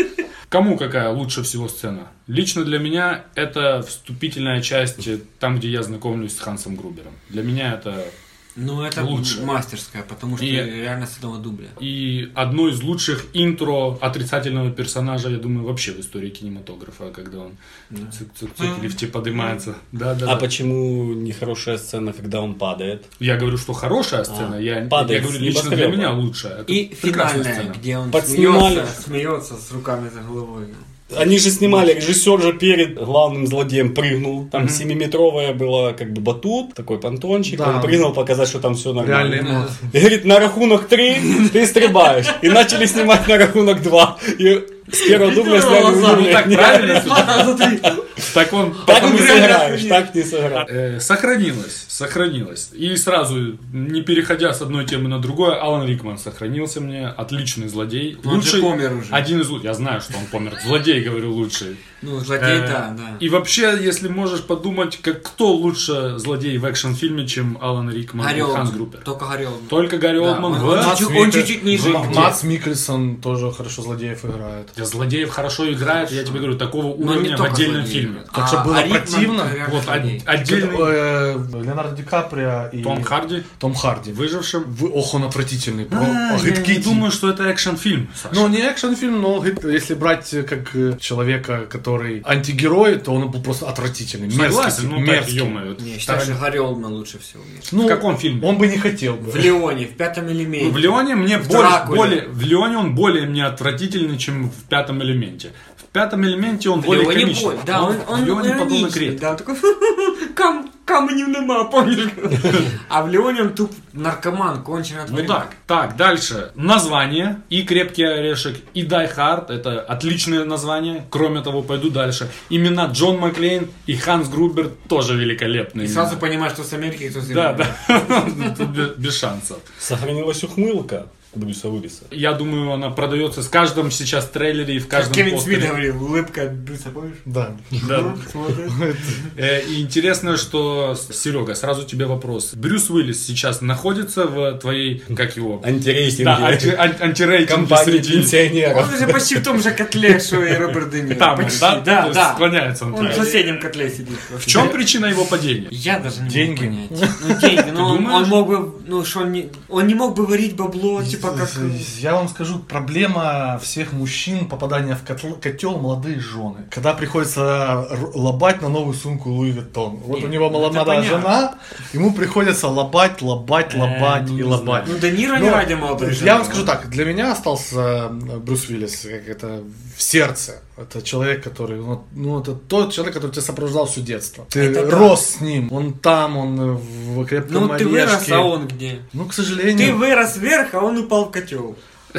Кому какая лучше всего сцена? Лично для меня это вступительная часть, э, там, где я знакомлюсь с Хансом Грубером. Для меня это Ну, это Лучше. мастерская, потому что И- реально с этого дубля. и одно из лучших интро отрицательного персонажа, я думаю, вообще в истории кинематографа, когда он цик-цик-цик в лифте поднимается. Да, да, А да. почему нехорошая сцена, когда он падает? Я говорю, что хорошая сцена, я, я падает говорю, с лично для небоскреба. меня лучшая. Это И прекрасная финальная, сцена. где он Подснимали. смеется, смеется с руками за головой. Они же снимали, режиссер же перед главным злодеем прыгнул. Там семиметровая была как бы батут, такой понтончик. Да. Он прыгнул показать, что там все нормально. Реальные эмоции. И говорит, на рахунок три ты стрибаешь. И начали снимать на рахунок два. И с первого дубля сняли Ну так удивление. правильно? Так он Так потому не и сыграешь, так не сыграешь. Э, Сохранилось, сохранилось. И сразу, не переходя с одной темы на другую, Алан Рикман сохранился мне. Отличный злодей. Он же помер уже. Один из лучших. Я знаю, что он помер. Злодей, говорю, лучший. Ну, злодей, Э, да, да. И вообще, если можешь подумать, как кто лучше злодей в экшн-фильме, чем Алан Рикман Гарри и Ханс Олдман. Грубер. Только Гарри Олдман. Только Гарри Да, Олдман. он- в- он чуть-чуть- он чуть-чуть ниже. М- где? Мац Миккельсон тоже хорошо злодеев играет. Да, злодеев хорошо играет, я тебе говорю, такого Но не уровня в только отдельном злодеи. фильме. Как же было а Рикман противно. реально Вот злодей. од- отдельный Э, Леонардо Ди Каприо и Том Харди, Том Харди. выжившим. Вы- ох, он отвратительный. Про- А, я гидкий не тип. думаю, что это экшн-фильм, Саша. Ну, не экшн-фильм, но гид- если брать э, как э, человека, который антигерой, то он был просто отвратительный. Согласен, Мерзкий, ну так, мерзкий. ё-моё. Не, считаю, что Гарри Олдман лучше всего в мире. Ну, В каком фильме? Он бы не хотел бы. В Леоне, в пятом Ну, элементе. в Леоне мне В более, Дракуле. более- в Леоне он более мне отвратительный, чем в пятом элементе. В пятом элементе он В более Леоне комичный. боль- Да, Но он, он в Леоне подобно ироничный, крепкий. да, он такой, кам, каменів нема, помнишь? А в Леоне он туп наркоман, конченый от Ну так, так, дальше. Название и «Крепкий орешек», и «Die Hard» — это отличные названия. Кроме того, пойду дальше. Имена Джон Маклейн и Ханс Грубер тоже великолепные. И имена. сразу понимаешь, что с Америки, кто с Да, да. Тут без- без шансов. Сохранилась ухмылка Брюса Уиллиса. Я думаю, она продается с каждом сейчас трейлере и в Как каждом Кевин постере. Смит говорил, улыбка от Брюса, помнишь? Да. Да. Смотрит. Э, И интересно, что, Серега, сразу тебе вопрос. Брюс Уиллис сейчас находится в твоей, как его? Антирейсинги. Да, анти- ан- антирейтинге Компании среди... пенсионеров. Он уже почти в том же котле, что и Роберт Де Ниро. Там, Почти. да? То Да, есть да. склоняется он Он в туда. соседнем котле сидит. В чем причина его падения? Я даже не Деньги. могу понять. Ну, деньги, ну, он, думаешь? он мог бы, ну, что он не, он не мог бы варить бабло, типа, как... Я вам скажу, проблема всех мужчин, попадание в котл- котел молодые жены. Когда приходится р- лобать на новую сумку Луи Виттон. Вот Не, у него ну, это молодая понятно. жена, ему приходится лобать, лобать, лобать ну, и не лобать. Ну, Де Ниро не Но ради молодой жены. Я вам скажу так, для меня остался э, Брюс Уиллис как это в сердце. Это человек, который, ну, ну, это тот человек, который тебя сопровождал все детство. Ты Это да. рос с ним, он там, он э, в крепком Ну, ты вырос, орешке. а он где? Ну, к Ты сожалению, вырос вверх, а он упал в котел.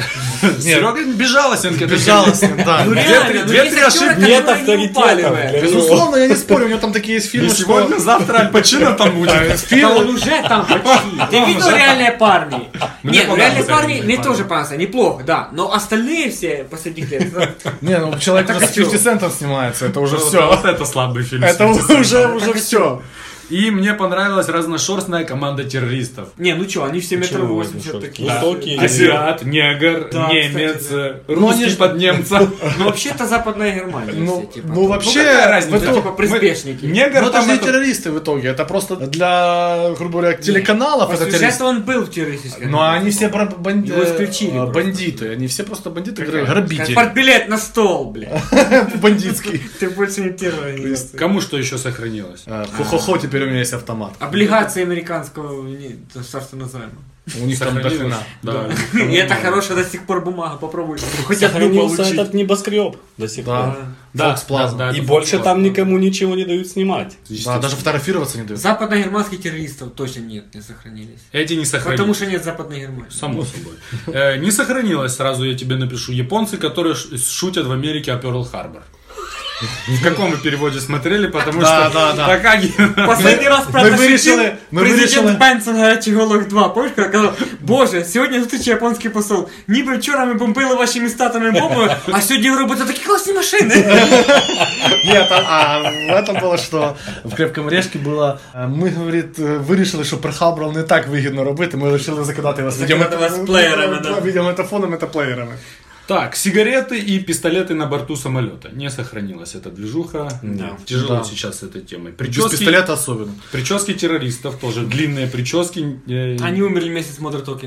Серега безжалостен к этой безжалостен, да. Ну, Две- реально, ну, две- есть три актеры, ошибки. которые Нет не авторитета упаливают. для него. Безусловно, я не спорю, у него там такие есть И фильмы, сегодня, что... завтра Аль Пачино там будет. Да он уже там почти. Ты видел «Реальные парни»? Мне Нет, ну, «Реальные понравился парни» «Реальные мне парни». тоже понравился, неплохо, да. Но остальные все последних лет... Не, ну человек Это уже с котел. пятьдесят центов снимается, это уже Вот- все. Вот это слабый фильм. Это уже, уже все. И мне понравилась разношерстная команда террористов. Не, ну что, они все метр Почему восемьдесят разношерстные? такие. Высокие. Азиат, негр, Да, немец, кстати, э, Ну, русский они ж- под немца. Ну вообще-то Западная Германия Ну, все, типа. ну, вообще, какая разница? в итоге- Типа приспешники. Негр Ну это там же не это- террористы в итоге, это просто для, грубо говоря, телеканалов По это сюжету террористы. он был в террористическом. Но они все про бан- Его исключили э, просто. бандиты, они все просто бандиты, Как грабители, Портбилет на стол, бля. бандитский. Ты больше не террорист. Кому что еще сохранилось? Э, Хо-хо-хо, теперь у меня есть автомат. Облигации американского не, государственного займа. У них там Сохранилось? дохрена. Да. И это хорошая до сих пор бумага, попробуй. Хоть одну Сохранился получить. этот небоскреб до сих пор. Да. Да, Fox Plaza. да, да, И это больше Fox там Plaza. никому ничего не дают снимать. Да, даже фотографироваться не дают. Западно-германских террористов точно нет, не сохранились. Эти не сохранились. Потому что нет Западной Германии. Само собой. Э, Не сохранилось, сразу я тебе напишу, японцы, которые ш- шутят в Америке о Перл-Харбор. В каком вы переводе смотрели, потому Да, что да, да. пока... Последний раз, правда, мы шутил вырішили- мы президент вирішили- Бенсон «Гарячий голок два». Помниш, коли казав, боже, сьогодні зустрічі японський посол. Ніби вчора ми бомбили ваші міста там бомбою, а сьогодні ви робите такі класні машини. Нет, а, а в этом было, что в крепком орешке было, э, мы, говорит, э, вирішили, що Перл-Харбор не так вигідно робити, ми вирішили закидати вас Закидати вас плеєрами, да. відеоматофонами та плеєрами. Так, сигареты и пистолеты на борту самолета. Не сохранилась эта движуха. Да. Тяжело Да. сейчас с этой темой. Без Прически, пистолета особенно. прически террористов тоже. Длинные прически. э, Они умерли вместе с Mother Talking.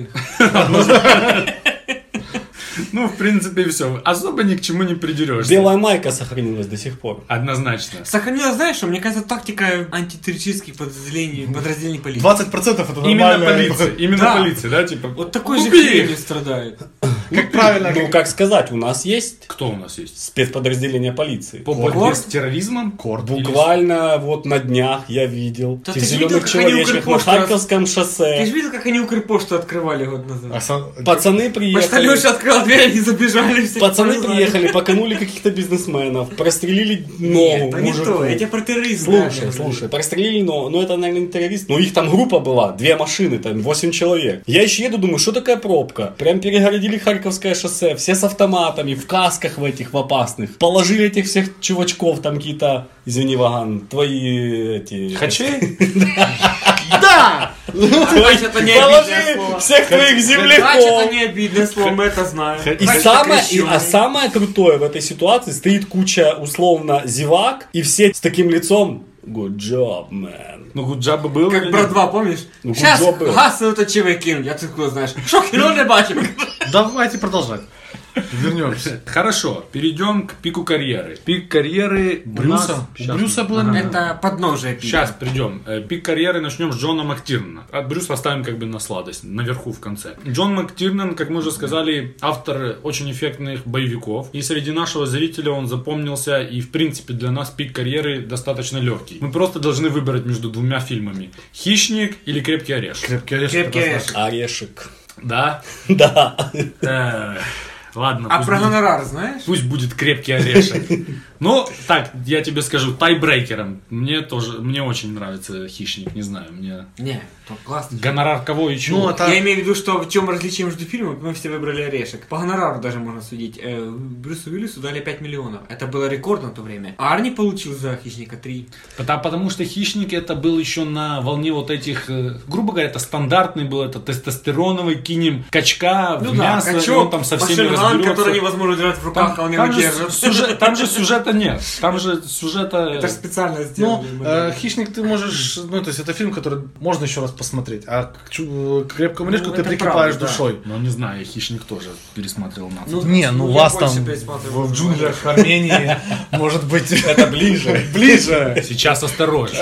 Ну, в принципе, все. Особо ни к чему не придерешься. Белая майка сохранилась до сих пор. Однозначно. Сохранилось, знаешь, что, мне кажется, тактика антитеррористических подразделений, подразделений полиции. двадцать процентов это Именно нормально. полиция. Именно Да. полиция, да? Типа, Вот такой же убей их. хренью страдает. Как правильно. Ну, как сказать, у нас есть Кто у нас есть? спецподразделение полиции. По борьбе с терроризмом? Корд. Буквально вот на днях я видел Да этих ты же видел, зеленых как они человечек на Укрпошту раз- Харьковском Ты шоссе. же видел, как они Укрпошту открывали год А назад? сам- Пацаны приехали. Почтальонша открыла дверь, они забежали все. Пацаны приехали, поканули каких-то бизнесменов, прострелили ногу Нет, это не мужику. то, я тебе про терроризм. Слушай, реально слушай, прострелили ногу, ну это, наверное, не террорист. Ну их там группа была, две машины, там восемь человек. Я еще еду, думаю, что такая пробка? Прям перегородили Харьковское шоссе, все с автоматами, в касках в этих, в опасных. Положили этих всех чувачков, там какие-то, извини, Ваган, твои эти... Хачей? Да! говорю. Значит, это не обидное Положили слово. всех твоих Значит, земляков. это не обидное слово, мы это знаем. И Значит, самое, и, крещеный. а самое крутое в этой ситуации, стоит куча условно зевак, и все с таким лицом good job, man. Ну, Гуджаба был. Как или брат нет? два, помнишь? Ну, Сейчас Гудзо был. газ это ЧВ кинуть, я ты кто знаешь. Що кіно не бачив? Давайте продолжать. Вернемся. Хорошо, перейдем к пику карьеры. Пик карьеры Брюса. У Брюса было не- Это подножие пика. Сейчас придем. Э, Пик карьеры начнем с Джона Мактирнана. А Брюса оставим как бы на сладость, наверху в конце. Джон Мактирнан, как мы уже сказали, автор очень эффектных боевиков. И среди нашего зрителя он запомнился. И в принципе для нас пик карьеры достаточно легкий. Мы просто должны выбрать между двумя фильмами. «Хищник» или «Крепкий орешек». Крепкий орешек. Крепкий это орешек. Орешек. Да? Да. Э, Ладно. А пусть про будет- гонорар знаешь? Пусть будет «Крепкий орешек». Ну, так, я тебе скажу, тайбрейкером. Мне тоже, мне очень нравится «Хищник», не знаю, мне... Не, то классно. Гонорар кого и чего? Ну, это... Я имею в виду, что в чем различие между фильмами, мы все выбрали «Орешек». По гонорару даже можно судить. Э, Брюсу Уиллису дали пять миллионов. Это было рекорд на то время. А Арни получил за «Хищника» три. Потому, потому что «Хищник» это был еще на волне вот этих, э, грубо говоря, это стандартный был, это тестостероновый, кинем качка в Ну да, мясо, и качок, он там со всеми машин-ган, разберется. который невозможно держать в руках, Там, а он его там же держит. сюжет- там же сюжета нет. Там же сюжета... Это же специально Ну, сделали. э, «Хищник» ты можешь... Ну, то есть это фильм, который можно еще раз посмотреть. А к, чу- к «Крепкому орешку» Ну, ты это прикипаешь правда, да. душой. Ну, не знаю, я «Хищник» тоже пересматривал на Ну, Не, ну я вас больше там пересматриваю. в джунглях Армении, может быть, это ближе. Ближе. Сейчас осторожно.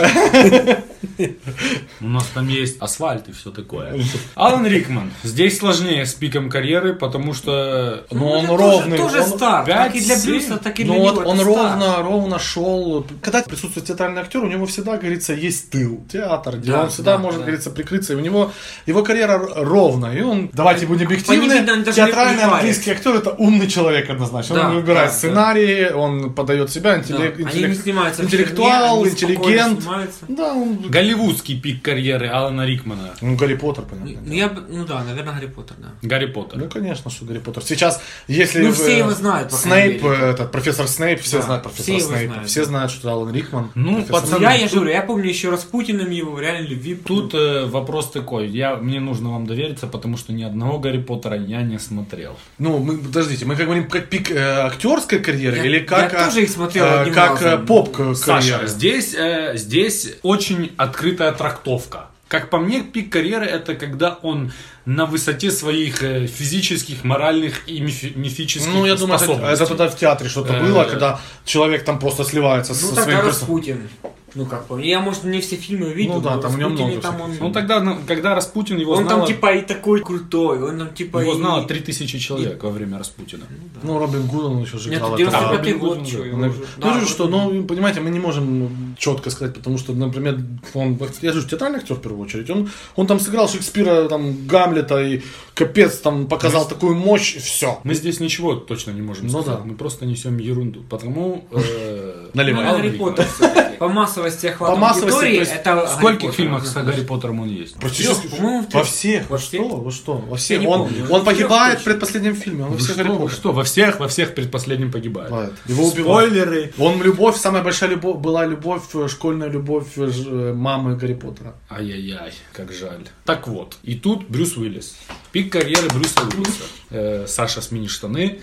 У нас там есть асфальт и все такое. Алан Рикман. Здесь сложнее с пиком карьеры, потому что... Ну, он это ровный. Тоже, тоже он- старт. пять, Как и для семь. Брюса, так и для Ну него. вот это он старт. ровно, ровно шел. Когда присутствует театральный актер, у него всегда, говорится, есть тыл. Театр, где Да, он всегда да, может, да. говорится, прикрыться. И у него его карьера р- ровная. И он, давайте будем По ним объективны, видно, он даже не театральный парится. английский актер это умный человек однозначно. Да, он выбирает да, сценарии, он подает себя, Да. интеллект, Они не интеллект- снимаются в интеллектуал, херне, они спокойно интеллигент. снимаются. Да, он... Голливудский пик карьеры Алана Рикмана. Ну, Гарри Поттер, понятно. Ну, я, б- ну да, наверное, Гарри Поттер, да. Гарри Поттер. Ну, конечно, что Гарри Поттер. Сейчас, если... Ну, в- все его знают, по крайней Снейп, мере. э, этот, профессор Снейп, все Да, знают все профессора его Снейпа. знают, Все да. знают, что Алан Рикман. Ну, профессор пацаны, Я, я же говорю, я помню еще Распутиным его, в реальной любви. Тут э, вопрос такой. Я, мне нужно вам довериться, потому что ни одного Гарри Поттера я не смотрел. Ну, мы, подождите, мы как говорим как пик э, актерской карьеры Я- или как, я тоже их смотрел э, одним как э, разом. поп карьеры? Саша, здесь, э, здесь очень открытая трактовка. Как по мне, пик карьеры это когда он на высоте своих э, физических, моральных и мифи- мифических Ну, я думаю, это, способностей. это тогда в театре что-то Э, было, когда человек там просто сливается Ну, со тогда своим персонажем. Распутин. Ну, как помню. Я, может, не все фильмы видел. Ну да, но там у него Распутине много там всяких он, Ну тогда, ну, когда Распутин его он знало, там типа и такой крутой, он там типа его и... знало три тысячи человек во время Распутина. Ну, Робин Гуд, он еще же Нет, играл. это девяносто этого. пятый Да, год, Робин что Гуд, его Ну, уже. ну, Да, же, что, ну, понимаете, мы не можем четко сказать, потому что, например, он, я же театральный актер в первую очередь, он, он там сыграл Шекспира, там, Гамлета, и капец, там, показал такую мощь, и все. Мы здесь ничего точно не можем Ну сказать. да. Мы просто несем ерунду. Потому... э, Ну, Наливай. Гарри Поттер всё-таки. По массовости охвата По массовости, аудитории то есть это В Гарри скольких Поттер, фильмах с однозначно. Гарри Поттером он есть? Практически По-моему, в во трех. всех. Во Во всех? что? Во что? Во Я всех. не Он, помню. он В погибает трех в предпоследнем фильме. Он во Вы всех что, Гарри вы Поттерах. что, во всех, во всех предпоследнем погибает. Бывает. Его убивают. Спойлеры. Он любовь, самая большая любовь была любовь, э, школьная любовь э, ж- э, мамы Гарри Поттера. Ай-яй-яй, как жаль. Так вот, и тут Брюс Уиллис. Пик карьеры Брюса Уиллиса. Э, Саша, смени штаны.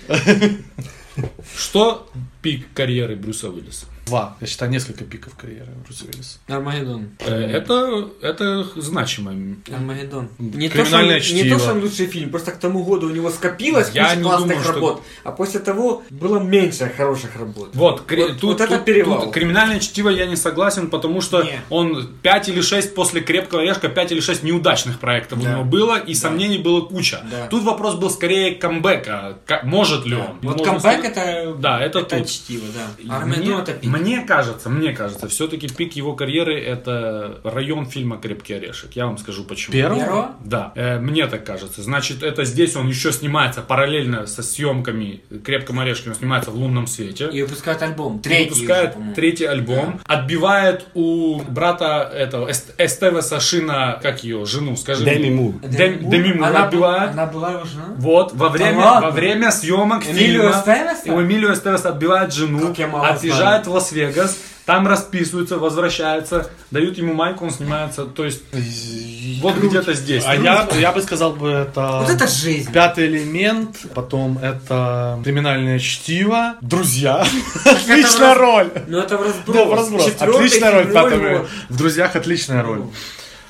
Что пик карьеры Брюса Уиллиса? Два. Я считаю, несколько пиков карьеры Брюса Уиллиса. Армагеддон. Э, Это, это значимо. Армагеддон. Не то, что, Криминальное он- не то, чтиво. что он лучший фильм, просто к тому году у него скопилось Я куча не классных думаю, что- работ, а после того было меньше хороших работ. Вот, кри- Вот- тут, вот это тут- перевал. тут криминальное чтиво я не согласен, потому что Не. он пять или шесть после крепкого орешка, пять или шесть неудачных проектов у Да. него было, и сомнений было куча. Да. Тут вопрос был скорее камбэка. Ка- Может ли он? Вот Можно камбэк сказать- это, Да, это тут. чтиво, да. Армагеддон это пик. Мне, мне кажется, мне кажется, все-таки пик его карьеры это район фильма «Крепкий орешек». Я вам скажу почему. Первого? Да, э, мне так кажется. Значит, это здесь он еще снимается параллельно со съемками «Крепком орешке», он снимается в «Лунном свете». И выпускают альбом. И Третий выпускает уже, по-моему. третий альбом, отбивает у брата этого Эст- Эстевеса Шина, как ее, жену, скажи Деми мне. Мур. Дем- Деми Мур она, отбивает. Она была его жена? Вот, во время, ладно? во время съемок Эмилио фильма Эстевеса? у Эмилио Эстевеса отбивает жену, Как я мало отъезжает в Лас-Вегас, там расписываются, возвращаются, дают ему майку, он снимается, то есть вот где-то здесь. А я, я бы сказал бы, это... Вот это жизнь. Пятый элемент, потом это криминальное чтиво, друзья. Отличная в раз- роль. Ну это в разброс. Да, в разброс. Четвертый Отличная роль в фильм пятом его- элементе. В друзьях отличная роль.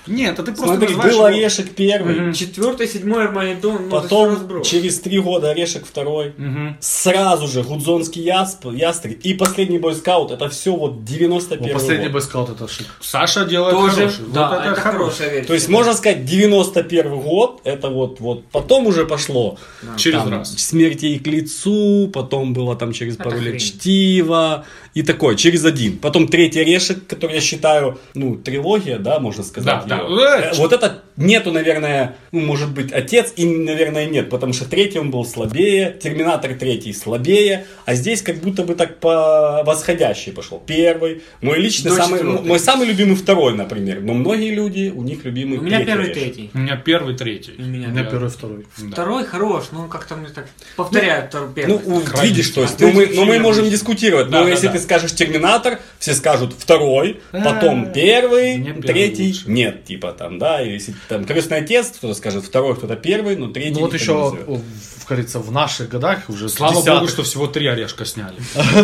Нет, это ты просто Смотри, называешь был его- орешек первый, Четвертый, седьмой Армагеддон, ну, это всё потом разброс. через три года орешек второй, Мгм. сразу же Гудзонский ясп- ястреб и последний бойскаут. Это все вот девяносто Ну, первый последний год. бойскаут это шик. Саша делает Тоже, хороший. да, Вот это, это хороший. хорошая версия. То есть можно сказать девяносто первый год, это вот, вот потом уже пошло. Через Там раз. «Смерть ей к лицу», потом было там через пару хрень. лет «Чтиво», и такое, через один. Потом «Третий орешек», который я считаю, ну, трилогия, да, можно сказать. Да, её. да. Э, Вот это нету, наверное, ну, может быть, отец, и, наверное, нет, потому что третий он был слабее, «Терминатор» третий слабее, а здесь как будто бы так по восходящей пошел. Первый, мой личный, До самый, четвёртый. мой самый любимый второй, например, но многие люди, у них любимый У меня третий первый, орешек. третий. У меня первый, третий. У меня У меня Да. первый, второй. Да. Второй хорош, но как-то мне так повторяют второй, первый. Ну, у- Крайне видишь, то есть, А ну, мы, ты но мы фильм можем обычно. дискутировать. Да, но да, если да. ты скажешь «Терминатор», все скажут «второй», потом «первый», Мне первый «третий», лучше. нет, типа там, да, или если там «Крестный отец», кто-то скажет «второй», кто-то «первый», но третий Ну вот никто еще, не назовет. в, как говорится, в наших годах уже с Слава десятых. богу, что всего три орешка сняли.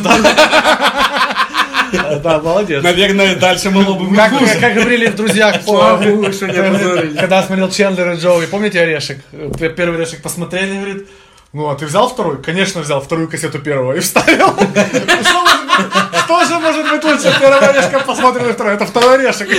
Да, молодец. Наверное, дальше могло бы быть Как, хуже. как говорили в «Друзьях», Слава богу, что не опозорили. когда я смотрел Чендлера и Джоуи, помните «Орешек»? П- Первый «Орешек» посмотрели, говорит, ну а ты взял второй? Конечно, взял вторую кассету первого и вставил. Что может быть- Что же может быть лучше первого «Орешка», посмотрим и второй? Это второй «Орешек».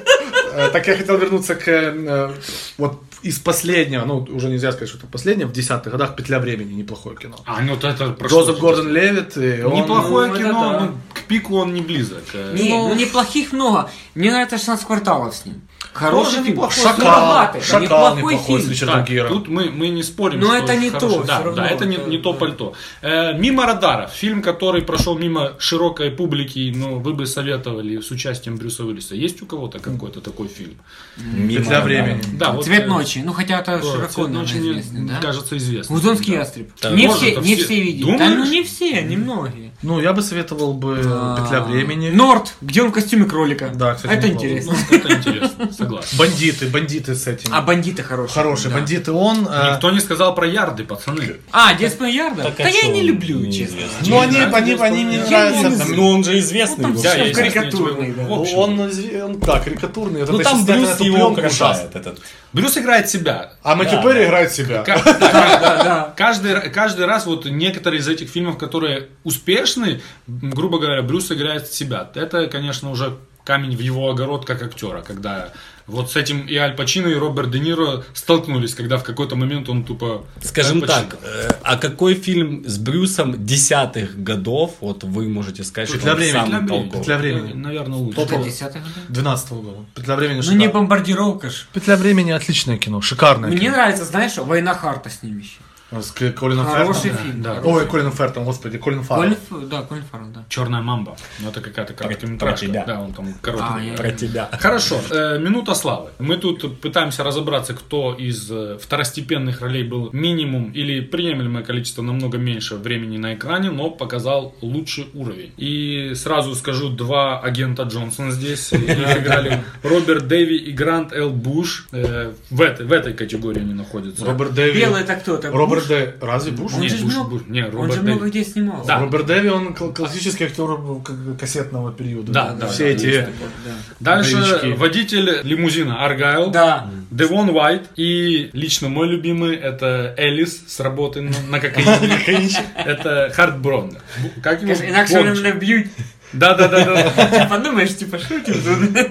Э, Так я хотел вернуться к э, вот из последнего, ну уже нельзя сказать, что это последнее, в десятых годах «Петля времени», неплохое кино. А, ну вот это прошло. Джозеф Гордон-Левитт, и он- Неплохое Ну, это кино, да. ну, к пику он не близок. Э, Не, ну неплохих много. Мне нравится шестнадцать кварталов с ним. Хороший Тоже фильм. неплохой. Ну, «Шакал», богатый, «Шакал» неплохой неплохой с фильм. Ричардом Так, Гиром. тут мы, мы не спорим. Но что это не хороший. то, Да, всё равно, да, это не, это- не то пальто. Э, «Мимо радара». Фильм, который прошел мимо широкой публики, но вы бы советовали с участием Брюса Уиллиса. Есть у кого-то какой-то такой фильм? «Петля времени». Да, вот, Цвет э, ночи. Ну хотя это да, широко, «Цвет наверное, ночи» мне известный, да? кажется, известный. Гудзонский Да. ястреб. Да. Не, Может, все, это не все- все видели. Да, Думаешь? ну не все, немногие. Ну, я бы советовал бы «Петля времени». Норт, где он в костюме кролика. Да, кстати, Это неплохо. интересно. Ну, это интересно, согласен. Бандиты, бандиты с этим. А бандиты хорошие. Хорошие да. бандиты. Он... э, Никто не сказал про ярды, пацаны. А, детство Ярда? Так, а Да я чё не он люблю, неизвестный? честно. Ну, они, нравится они, «Детство они мне Ярда». нравятся. не там, Ну, он же известный. Ну, там его всё всё. карикатурный, да. В общем. Он, из- он как, карикатурный. Вот Ну это там если снять Брюс эту его пленку, украшает, этот. Брюс играет себя. А Мэтью Да, Перри да. играет себя. Ка- Да, да. Каждый, каждый раз вот некоторые из этих фильмов, которые успешны, м, грубо говоря, Брюс играет себя. Это, конечно, уже камень в его огород как актера, когда вот с этим и Аль Пачино, и Роберт Де Ниро столкнулись, когда в какой-то момент он тупо... Скажем Аль Пачино. так, э, а какой фильм с Брюсом десятых годов, вот вы можете сказать, что «Петля он времени», самый Петля времени. толковый? «Петля времени». Наверное, лучше. Топовый. десятых годов? двенадцатого года. «Петля времени» Ну шикарно. не бомбардировка ж. «Петля времени» отличное кино, шикарное Мне кино. нравится, знаешь, что «Война Харта» с ним еще. С К- Колином Хороший Фертом. фильм. да. хороший. Ой, Колином Фертом, господи, Колин Фаррелл. Колин Ф- да, Колин Фаррелл, да. Черная мамба. Ну, это какая-то короткометражка. про тебя. Да, он там А, короткий. я- Про тебя. Хорошо, э, минута славы. Мы тут пытаемся разобраться, кто из э, второстепенных ролей был минимум или приемлемое количество, намного меньше времени на экране, но показал лучший уровень. И сразу скажу, два агента Джонсона здесь. Их играли Роберт Дэви и Грант Л. Буш. Э, В этой, в этой категории они находятся. Роберт Дэви. Белый это кто? Это Роберт Буш? Дэви. Разве Буш? Он Нет, же Буш, много- Буш. Не, Он Роберт же Дэви. много где снимался. Да. Роберт Дэви, он кл- классический актер к- кассетного периода. Да, да, Все да, эти... Да. Дальше Боевички. водитель лимузина Аргайл. Да. Девон Уайт и лично мой любимый это Элис с работы на, на кокаине. Это Харт Броннер. Бу- Как его? Конечно, Инакше Бонч. мене б'ють. Да, да, да, да. Ти подумаєш, типа, шутим тут.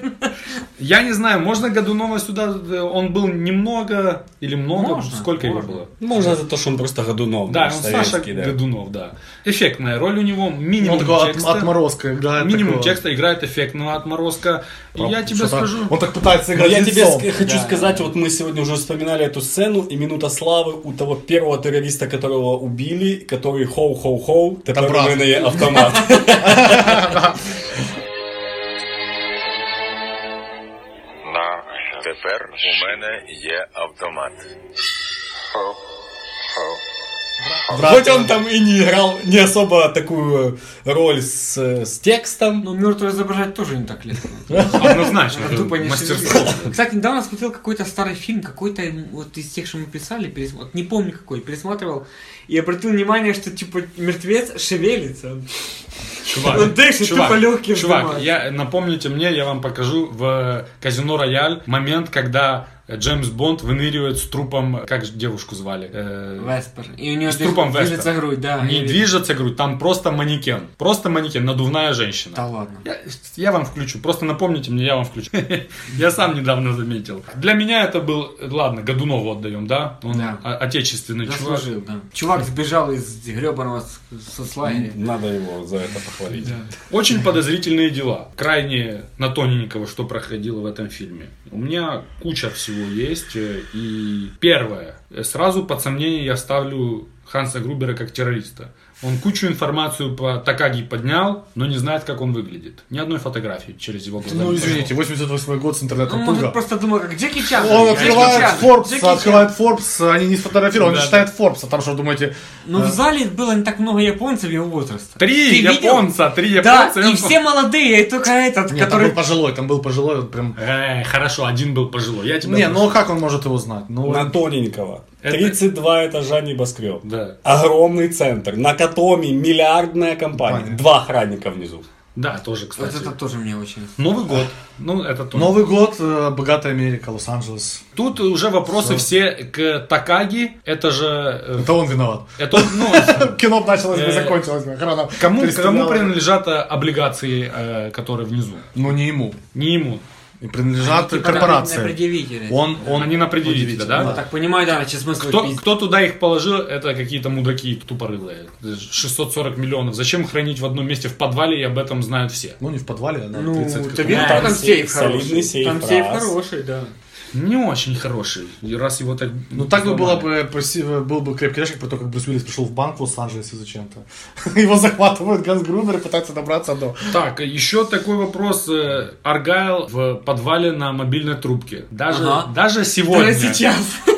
Я не знаю, можно Годунова сюда? Он был немного или много? Можно, Сколько его можно. было? Можно за то, что он просто Годунов. Да, был, он Саша советский, да. Годунов, да. Эффектная роль у него, минимум Он такой от- текста. отморозка играет. Минимум такого. текста играет эффектного отморозка. И я тебе Что-то- скажу. Он так пытается Но играть я тебе лицом. ск- хочу сказать, вот мы сегодня уже вспоминали эту сцену, и минута славы у того первого террориста, которого убили, который хоу-хоу-хоу, тепер брат. у мене є автомат. На тепер у мене є автомат. Хоть он там и не играл не особо такую роль с, с текстом. Ну, мертвого изображать тоже не так легко. Однозначно. Она тупо не Мастерство. шевелится. Кстати, недавно смотрел какой-то старый фильм, какой-то вот из тех, что мы писали, перес- вот не помню какой, пересматривал, и обратил внимание, что типа мертвец шевелится. Чувак, Он дышит чувак, тупо легкие чувак, вздымает. я, напомните мне, я вам покажу в Казино Рояль момент, когда Джеймс Бонд выныривает с трупом, как же девушку звали? Э, Веспер. И у нее с трупом движется Веспер. грудь, да. Не я движется грудь, там просто манекен. Просто манекен, надувная женщина. Да ладно. Я, я вам включу, просто напомните мне, я вам включу. Я сам недавно заметил. Для меня это был, ладно, Годунову отдаем, да? Он Да. о- отечественный чувак. Заслужил, да. Чувак сбежал из гребаного соцлагеря. Надо его за это похвалить. Очень подозрительные дела. Крайне на тоненького, что проходило в этом фильме. У меня куча всего есть. И первое. Сразу под сомнение я ставлю Ханса Грубера как террориста. Он кучу информацию по Такаги поднял, но не знает, как он выглядит. Ни одной фотографии через его глаза. Ну, не извините, восемьдесят восьмой год с Ну, интернетом может, пыльга. просто думал, как Джеки Чан. Он Джеки открывает Чан. Forbes, Джеки Чан. открывает Forbes, они не сфотографированы, он Да. не читает Forbes, а там что, думаете... Ну, в зале было не так много японцев его возраста. Три Ты видел? японца, три Да, японца. и он- все молодые, и только этот, Нет, там который... был пожилой, там был пожилой, он прям... Э, хорошо, один был пожилой. Я тебя Не, прошу. ну как он может его знать? Ну, На тоненького. Это- тридцать два этажа небоскреб. Да. Огромный центр. На Котоми миллиардная компания. Компания. Два охранника внизу. Да, тоже, Вот кстати. это тоже мне очень... Новый год. Ну, это тоже. Новый год, э, богатая Америка, Лос-Анджелес. Тут уже вопросы все к Такаги. Это же... э, Это он виноват. Это, ну, Кино началось бы, Э, закончилось бы. Охрана кому, кому перестреляла. принадлежат э, облигации, э, которые внизу? Ну, не ему. Не ему. И принадлежат Типа на корпорации. предъявителя. Он, он... Они на предъявителя, предъявитель, да? Я так понимаю, да, значит, смысл Кто, пиздить. кто туда их положил, это какие-то мудаки тупорылые. шестьсот сорок миллионов. Зачем хранить в одном месте в подвале, и об этом знают все? Ну, не в подвале, а на Ну, тридцать ты каком-то. видел, Там там сейф солидный хороший. сейф, Там сейф раз. хороший, да. Не очень хороший. И раз его так... Ну, так бы было взломали. бы, проси- был бы крепкий орешек, про то, как Брюс Уиллис пришел в банк в Лос-Анджелесе зачем-то. Его захватывают Ганс Грубер и пытаются добраться до... Так, еще такой вопрос. э, Аргайл в подвале на мобильной трубке. Даже, Ага. даже сегодня Даже сейчас.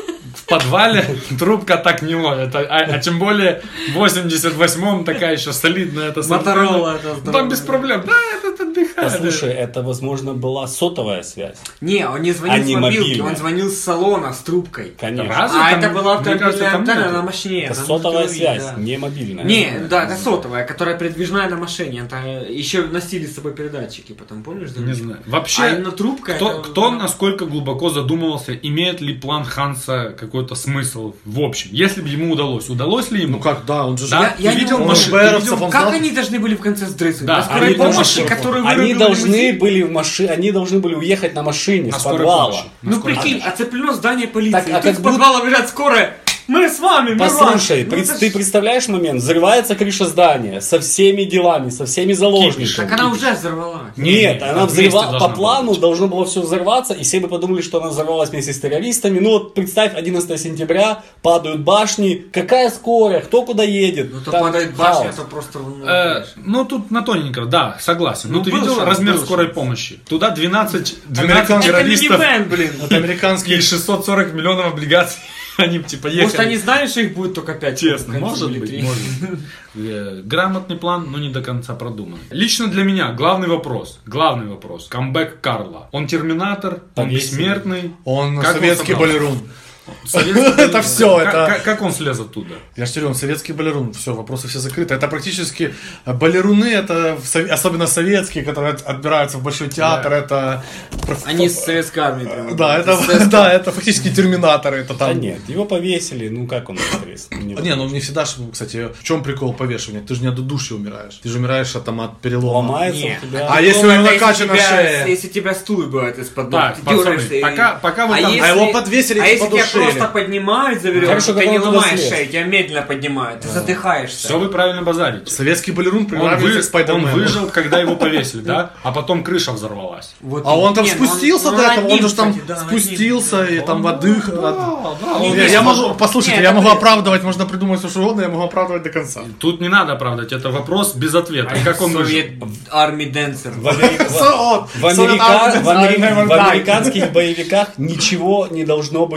в подвале трубка так не может. А, а тем более в восемьдесят восьмом такая еще солидная. Это Моторола, это Ну, здорово. там без проблем. Да, этот отдыхает. Послушай, это, возможно, была сотовая связь. Не, он не звонил А с не мобилки, мобильная. он звонил с салона, с трубкой. Конечно. Разве А там, это была мне кажется, автомобильная там антенна нету. на машине. Это там сотовая можно связь, увидеть, да. не мобильная. Не, да, это сотовая, которая передвижная на машине. Это еще носили с собой передатчики, потом помнишь? Не знаю. Вообще, А именно трубка. кто, это- кто насколько глубоко задумывался, имеет ли план Ханса какой-то смысл в общем? Если бы ему удалось. Удалось ли ему? Ну как, да, он же... Да? Я- я Ты не видел думаю. машину? Он Ты Бэровцев, видел- он Как знал? они должны были в конце сдрыснуть? Да, На скорой они помощи, машину- которую Они вырубили должны лимузин? были в машине, они должны были уехать на машине На с скорой подвала. помощи. На Ну скорой прикинь, оцеплено здание полиции. Так, а Тут как с будто- подвала бежат скорая. Мы с вами, мы Послушай, вам. пред- Ну, это ты ж- представляешь момент? Взрывается крыша здания со всеми делами, со всеми заложниками. Так она уже взорвалась. Нет, она вместе взрыва... должна по была плану быть. должно было все взорваться, и все бы подумали, что она взорвалась вместе с террористами. Ну вот представь, одиннадцатого сентября, падают башни, какая скорая, кто куда едет. Ну то Там падает башня, хаос. то просто... ну, Э, знаешь. ну тут на тоненько, да, согласен. Ну, Ну, ты был видел шанс, размер был скорой шанс. помощи? Туда двенадцать, двенадцать Американский- Это террористов минивэн, блин. Это американский... и шестьсот сорок миллионов облигаций. Они типа ехали. Может они знали, что их будет только пять? Честно, в конце может или быть, три? может быть. Э, Грамотный план, но не до конца продуманный. Лично для меня главный вопрос, главный вопрос. Камбэк Карла. Он терминатор, он Повесили. бессмертный. Он Как он советский собрался? балерун. Советский- Это всё, Как- это- Как, как он слез оттуда? Я же говорю, он советский балерун. Все, вопросы все закрыты. Это практически э, балеруны, это в сов- особенно советские, которые от- отбираются в большой театр, это... проф- Они с советской армии. прям. Да, это, С да, это фактически терминаторы. Это Да там... нет, его повесили, ну как он повесил? Не- Не, ну не всегда, ж, кстати, в чем прикол повешивания? Ты же не от удушья умираешь. Ты же умираешь от, там, от перелома. Ломается Нет. у тебя. А если у него Это накачана тебя- шея? Если тебя стул бывает из-под ног, Так, ты пацаны, дёргаешься и- пока- пока вы а там- если- А его подвесили А и если тебя подушили. просто поднимают за веревку, Хорошо, ты как не он туда ломаешь слез? шею, тебя медленно поднимают, ты задыхаешься. Все вы правильно базарите. Советский балерун Он, приравнивается вы- к Спайдермену. он выжил, когда его повесили, да? А потом крыша взорвалась. Вот А он там не, ну спустился он- до он этого, он одним, же там кстати, да, спустился одним, и да. там отдых. от- Не, Я, не, я не, могу, не, послушайте, не, я это могу бред. оправдывать, можно придумать все, что угодно, я могу оправдывать до конца. Тут не надо оправдать, это вопрос без ответа. И как он Совет выжил? Army Dancer. В, Амери- в- So, в Америка- so в Амери- I never в died. американских боевиках ничего не должно быть бу-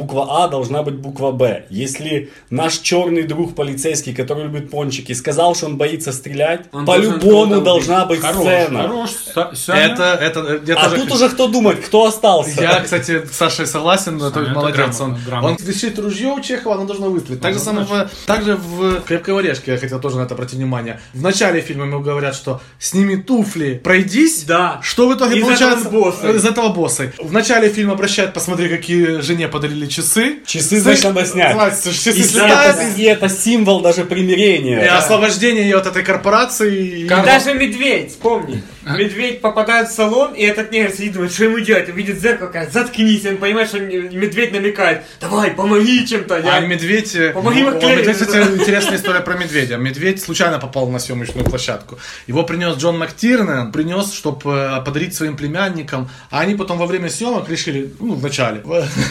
буква А, должна быть буква Б. Если наш черный друг полицейский, который любит пончики, сказал, что он боится стрелять, Он по-любому должен должна быть Хорош, сцена. хорош. Са- Саня? Это, это, я А тоже тут хочу- уже кто думать, кто остался? Я, кстати, с Сашей согласен, но Саня, это это молодец. Он, грамотно, грамотно. он висит ружье у Чехова, оно должно выстрелить. Так же, самое в, также в «Крепкой орешке» я хотел тоже на это обратить внимание. В начале фильма ему говорят, что сними туфли, пройдись. Да. Что в итоге Из получается? этого босса. Из этого босса. В начале фильма обращают, посмотри, какие жене подарили часы. Часы, значит, надо снять. Называется, часы И слетают, это, и это символ даже примирения. и освобождение ее от этой корпорации. И- Даже медведь, вспомни. Медведь попадает в салон, и этот негр сидит, думает, что ему делать? Он видит зеркало, говорит, заткнись, он понимает, что медведь намекает, давай, помоги чем-то. А Я... медведь... э, Помоги ну, Маклею. медведь, кстати, интересная история про медведя. Медведь случайно попал на съемочную площадку. Его принес Джон МакТирнан, принес, чтобы подарить своим племянникам. А они потом во время съемок решили, ну, в начале,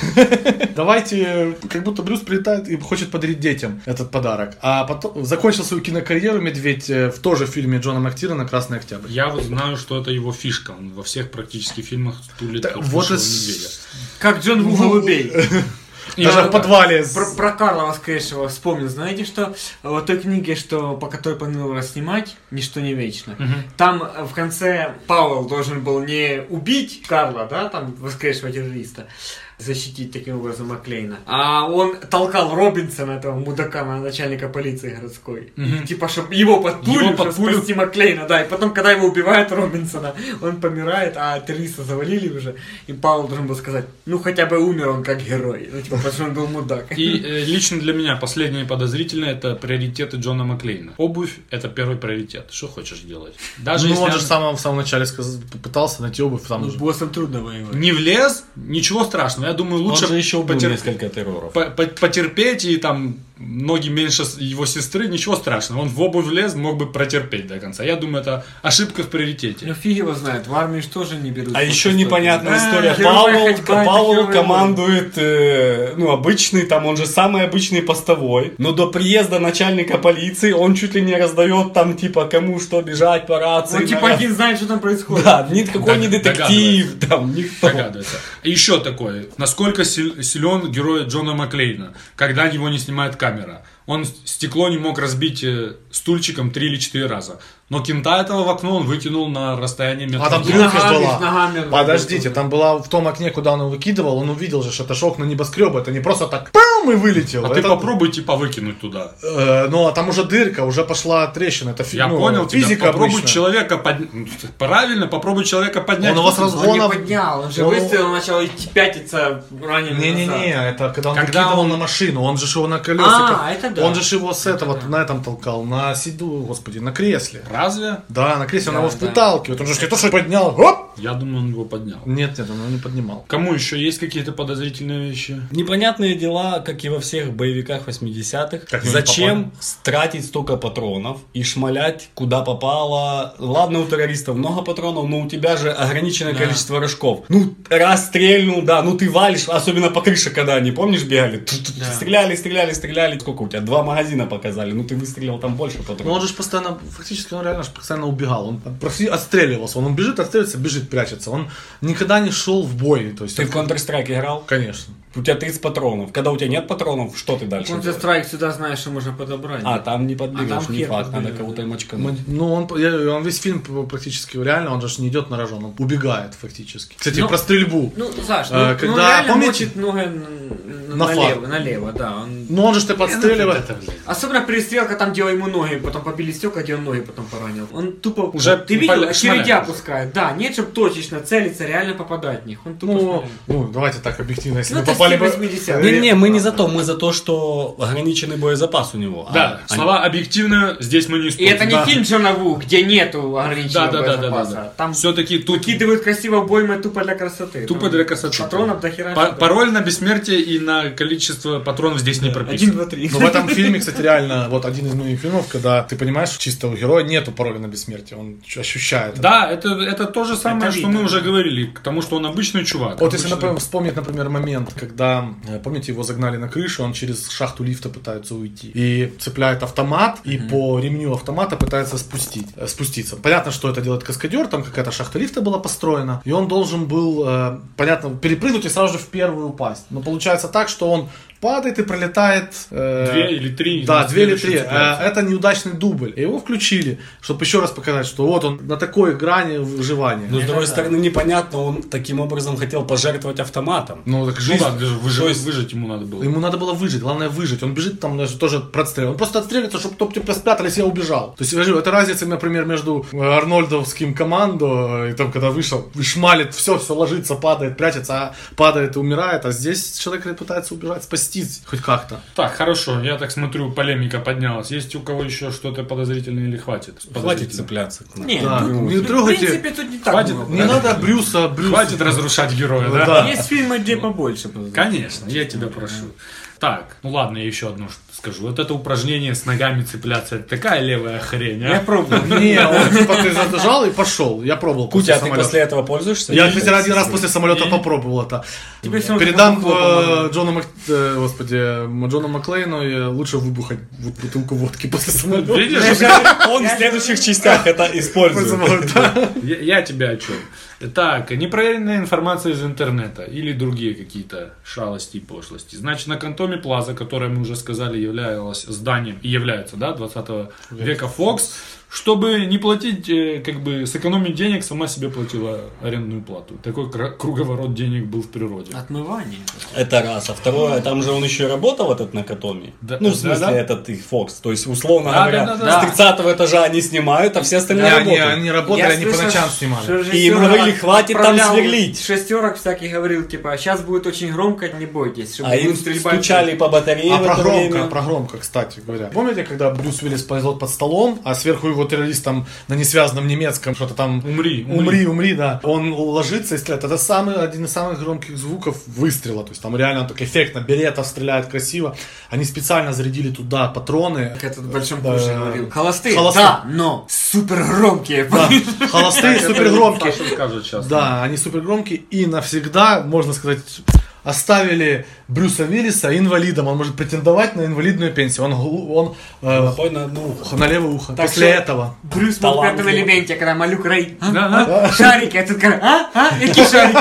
давайте, как будто Брюс прилетает и хочет подарить детям этот подарок. А потом закончил свою кинокарьеру медведь э, в тоже фильме Джона МакТирнана «Красный октябрь». Я вот знаю, что это его фишка. Он во всех практически фильмах тулит Так, вот вот и вот с- медведя. Как Джон Ву Голубей. Даже в подвале. с- Про, про Карла Воскресшего вспомнил. Знаете, что в той книге, что, по которой планировалось снимать «Ничто не вечно», там э, в конце Пауэлл должен был не убить Карла, да, там воскресшего террориста, защитить таким образом Маклейна. А он толкал Робинсона, этого мудака, начальника полиции городской. И, типа, чтобы его под пулю, Его под чтобы пулю. спасти Маклейна, да. И потом, когда его убивают Робинсона, он помирает, а террориста завалили уже. И Пауэлл должен был сказать, ну хотя бы умер он как герой. Ну, типа, потому что он был мудак. И э, лично для меня последнее подозрительное это приоритеты Джона Маклейна. Обувь это первый приоритет. Что хочешь делать? Даже Ну, если он же он в самом, в самом начале сказ- пытался найти обувь там Ну, же. с боссом трудно воевать. не влез, ничего страшного. Я думаю, Он лучше же еще убил потер- несколько терроров. по- по- потерпеть и там ноги меньше с- его сестры, ничего страшного. Он в обувь влез, мог бы протерпеть до конца. Я думаю, это ошибка в приоритете. Ну фиг его знает, в армии же тоже не берут. А просто еще что-то. непонятная А, история. герои Павел, ходьба, это Павел герои. командует, э, ну, обычный, там, он же самый обычный постовой. Но до приезда начальника полиции он чуть ли не раздает там, типа, кому что бежать по рации. Он типа на- один знает, что там происходит. Да, никакой Дог- не детектив, там, никто. Догадывается. И еще такое. Насколько сил- силен герой Джона Маклейна, когда его не снимает камера. Он стекло не мог разбить э, стульчиком три или четыре раза. Но кента этого в окно он выкинул на расстояние метра. А там И дырка ж ногами, была. с ногами. Подождите, там была в том окне, куда он его выкидывал, он увидел же, что это ж окна небоскреба, это не просто так пам, и вылетел. А ты Это- попробуй типа выкинуть туда. Э, ну, а там уже дырка, уже пошла трещина. Это фи- Я ну, понял тебя. физика Попробуй обычная. человека поднять. Правильно, попробуй человека поднять. Он у вас Он разгонов... не поднял, он же Он- выстрелил, начал идти пятиться раненый Не-не-не, назад. это когда он Когда выкидывал он- на машину, он же ж его на колесиках. А, это да. Он же ж его с Это этого, да. на этом толкал, на сиду, господи, на кресле. Разве? Да, на кресле, Да, он его да. выталкивает, он же ж не то, что поднял, оп! Я думаю, он его поднял. Нет, нет, он его не поднимал. Кому еще есть какие-то подозрительные вещи? Непонятные дела, как и во всех боевиках восьмидесятых. Как они Зачем тратить столько патронов и шмалять куда попало? Ладно, у террористов много патронов, но у тебя же ограниченное количество рожков. Ну, раз стрельнул, да, ну ты валишь, особенно по крыше, когда они, помнишь, бегали? Тут-тут Стреляли, стреляли, стреляли. Сколько у тебя? Два магазина показали, ну ты выстрелил там больше Но патронов. он же ж постоянно, фактически он реально ж постоянно убегал. Он просто отстреливался. Он бежит, отстреливается, бежит, прячется. Он никогда не шел в бой. То есть, Ты в Counter-Strike играл? Конечно. У тебя тридцать патронов. Когда у тебя нет патронов, что ты дальше делаешь? Counter-Strike всегда знаешь, что можно подобрать. А, там не подберешь, А там не хер факт, надо подберешь, кого-то да. и мочкануть. Мы- Ну, он, я- он весь фильм практически реально, он же ж не идет на рожон, он убегает фактически. Кстати, Ну, про стрельбу. Ну, Саш, ну, Э, ну, когда- реально помните- мочит ноги н- На налево, флаг. налево, да. Он... Ну, он же ж ты подстреливает. Особенно перестрелка там, где ему ноги, потом побили стекла, где он ноги потом поранил. Он тупо... Уже Ты видел, поля- очередя шмаляет. пускает. Да, нет, чтобы точечно целиться, реально попадать в них. Он тупо Ну, шмаляет. ну, давайте так объективно, если Ну, мы это попали бы... восьмидесятые. Не-не, мы не за то, мы за то, что ограниченный боезапас у него. Да, А- слова объективно здесь мы не И спорим. это не Да. фильм Джона Ву, где нету Да, ограниченного да, да, да, да, боезапаса. да. Там Все-таки тут выкидывают красиво обоймы тупо для красоты. тупо Там для красоты. Патронов до хера. Па- Пароль на бессмертие и на количество патронов здесь не прописано. Один, два, три. Но в этом фильме, кстати, реально, вот один из моих фильмов, когда ты понимаешь, что чистого героя нету пароля на бессмертие, он ощущает это. Да, это, это то же самое, Это что видно, мы уже да. говорили, к тому, что он обычный чувак. Вот если, обычный- например, вспомнить, например, момент, когда, э, помните, его загнали на крышу, он через шахту лифта пытается уйти. И цепляет автомат, и mm-hmm. по ремню автомата пытается спустить, э, спуститься. Понятно, что это делает каскадер, там какая-то шахта лифта была построена, и он должен был, э, понятно, перепрыгнуть и сразу же в первую упасть. Но получается так, что он падает и пролетает... Э, Две или три. Да, на две или следующую три. цепляются. Э, это неудачный дубль. И его включили, чтобы еще раз показать, что вот он на такой грани выживания. Но с другой стороны, непонятно, он таким образом хотел пожертвовать автоматом. Ну, так Ну жизнь... да, даже выжить, То есть- выжить ему надо было. Ему надо было выжить, главное выжить. Он бежит там даже тоже прострел. Он просто отстреливается, чтобы топ тебя спрятались, я убежал. То есть, я говорю, это разница, например, между арнольдовским командо и там, когда вышел, и шмалит, все, все ложится, падает, прячется, а падает и умирает. А здесь человек пытается убежать, спастись хоть как-то. Так, хорошо, я так смотрю, полемика поднялась. Есть у кого еще что-то подозрительное или хватит? Хватит Подозрительно. цепляться к нам. Нет, Да, ну, не в трогайте. принципе, тут не так Хватит, много. Не надо Брюса, Брюса. Хватит разрушать героя, да? Да. Есть фильмы, где побольше. Конечно, я тебя прошу. Так, ну ладно, я еще одно скажу. Вот это упражнение с ногами цепляться, это такая левая хрень, а? Я пробовал. Не, он типа ты зажал и пошел. Я пробовал после Кутя, а ты самолета. после этого пользуешься? Я, кстати, один раз после самолета попробовал это. Тебе всё равно Передам хлопало. э, Джону Мак... э, господи, Джону Маклейну и лучше выбухать вот бутылку водки после самолета. Видишь? Он в следующих частях это использует. Я, я тебя о чем? Так, непроверенная информация из интернета или другие какие-то шалости и пошлости. Значит, на Кантоме Плаза, которое мы уже сказали, являлось зданием и является, да, двадцатого века Fox, чтобы не платить, э, как бы сэкономить денег, сама себе платила арендную плату. Такой кра- круговорот денег был в природе. Отмывание. Это раз. А второе, там же он еще и работал этот на Катоме. Да, ну, в да, смысле, да. этот их Фокс. То есть, условно Да, говоря, да, да, да. с тридцатого этажа они снимают, а все остальные Не, они, работают. они работали, они по ночам снимали. И им говорили, хватит там сверлить. Шестерок всяких говорил, типа, сейчас будет очень громко, не бойтесь. чтобы А им будет стрельба. стучали по батарее А в про это громко, время. про громко, кстати говоря. Помните, когда Брюс Уиллис ползет под столом, а сверху его террорист там на несвязанном немецком что-то там... Умри, умри. Умри, умри, да. Он ложится и стреляет. Это самый, один из самых громких звуков выстрела. То есть там реально он так эффектно. Берета стреляет красиво. Они специально зарядили туда патроны. Как этот в большом Да. куше говорил. Холостые, Холостые. да, но супер громкие. Да. Холостые, супер громкие. Саша скажет сейчас. Да, они супер громкие и навсегда, можно сказать, оставили Брюса Уиллиса инвалидом. Он может претендовать на инвалидную пенсию. Он, глу- он э, Хоть на одно ухо. на левое ухо. Так После что- этого. Брюс был в пятом Талантливо. элементе, когда Малюк Рэй. а, Да, а, Шарики, а тут как, а, а, какие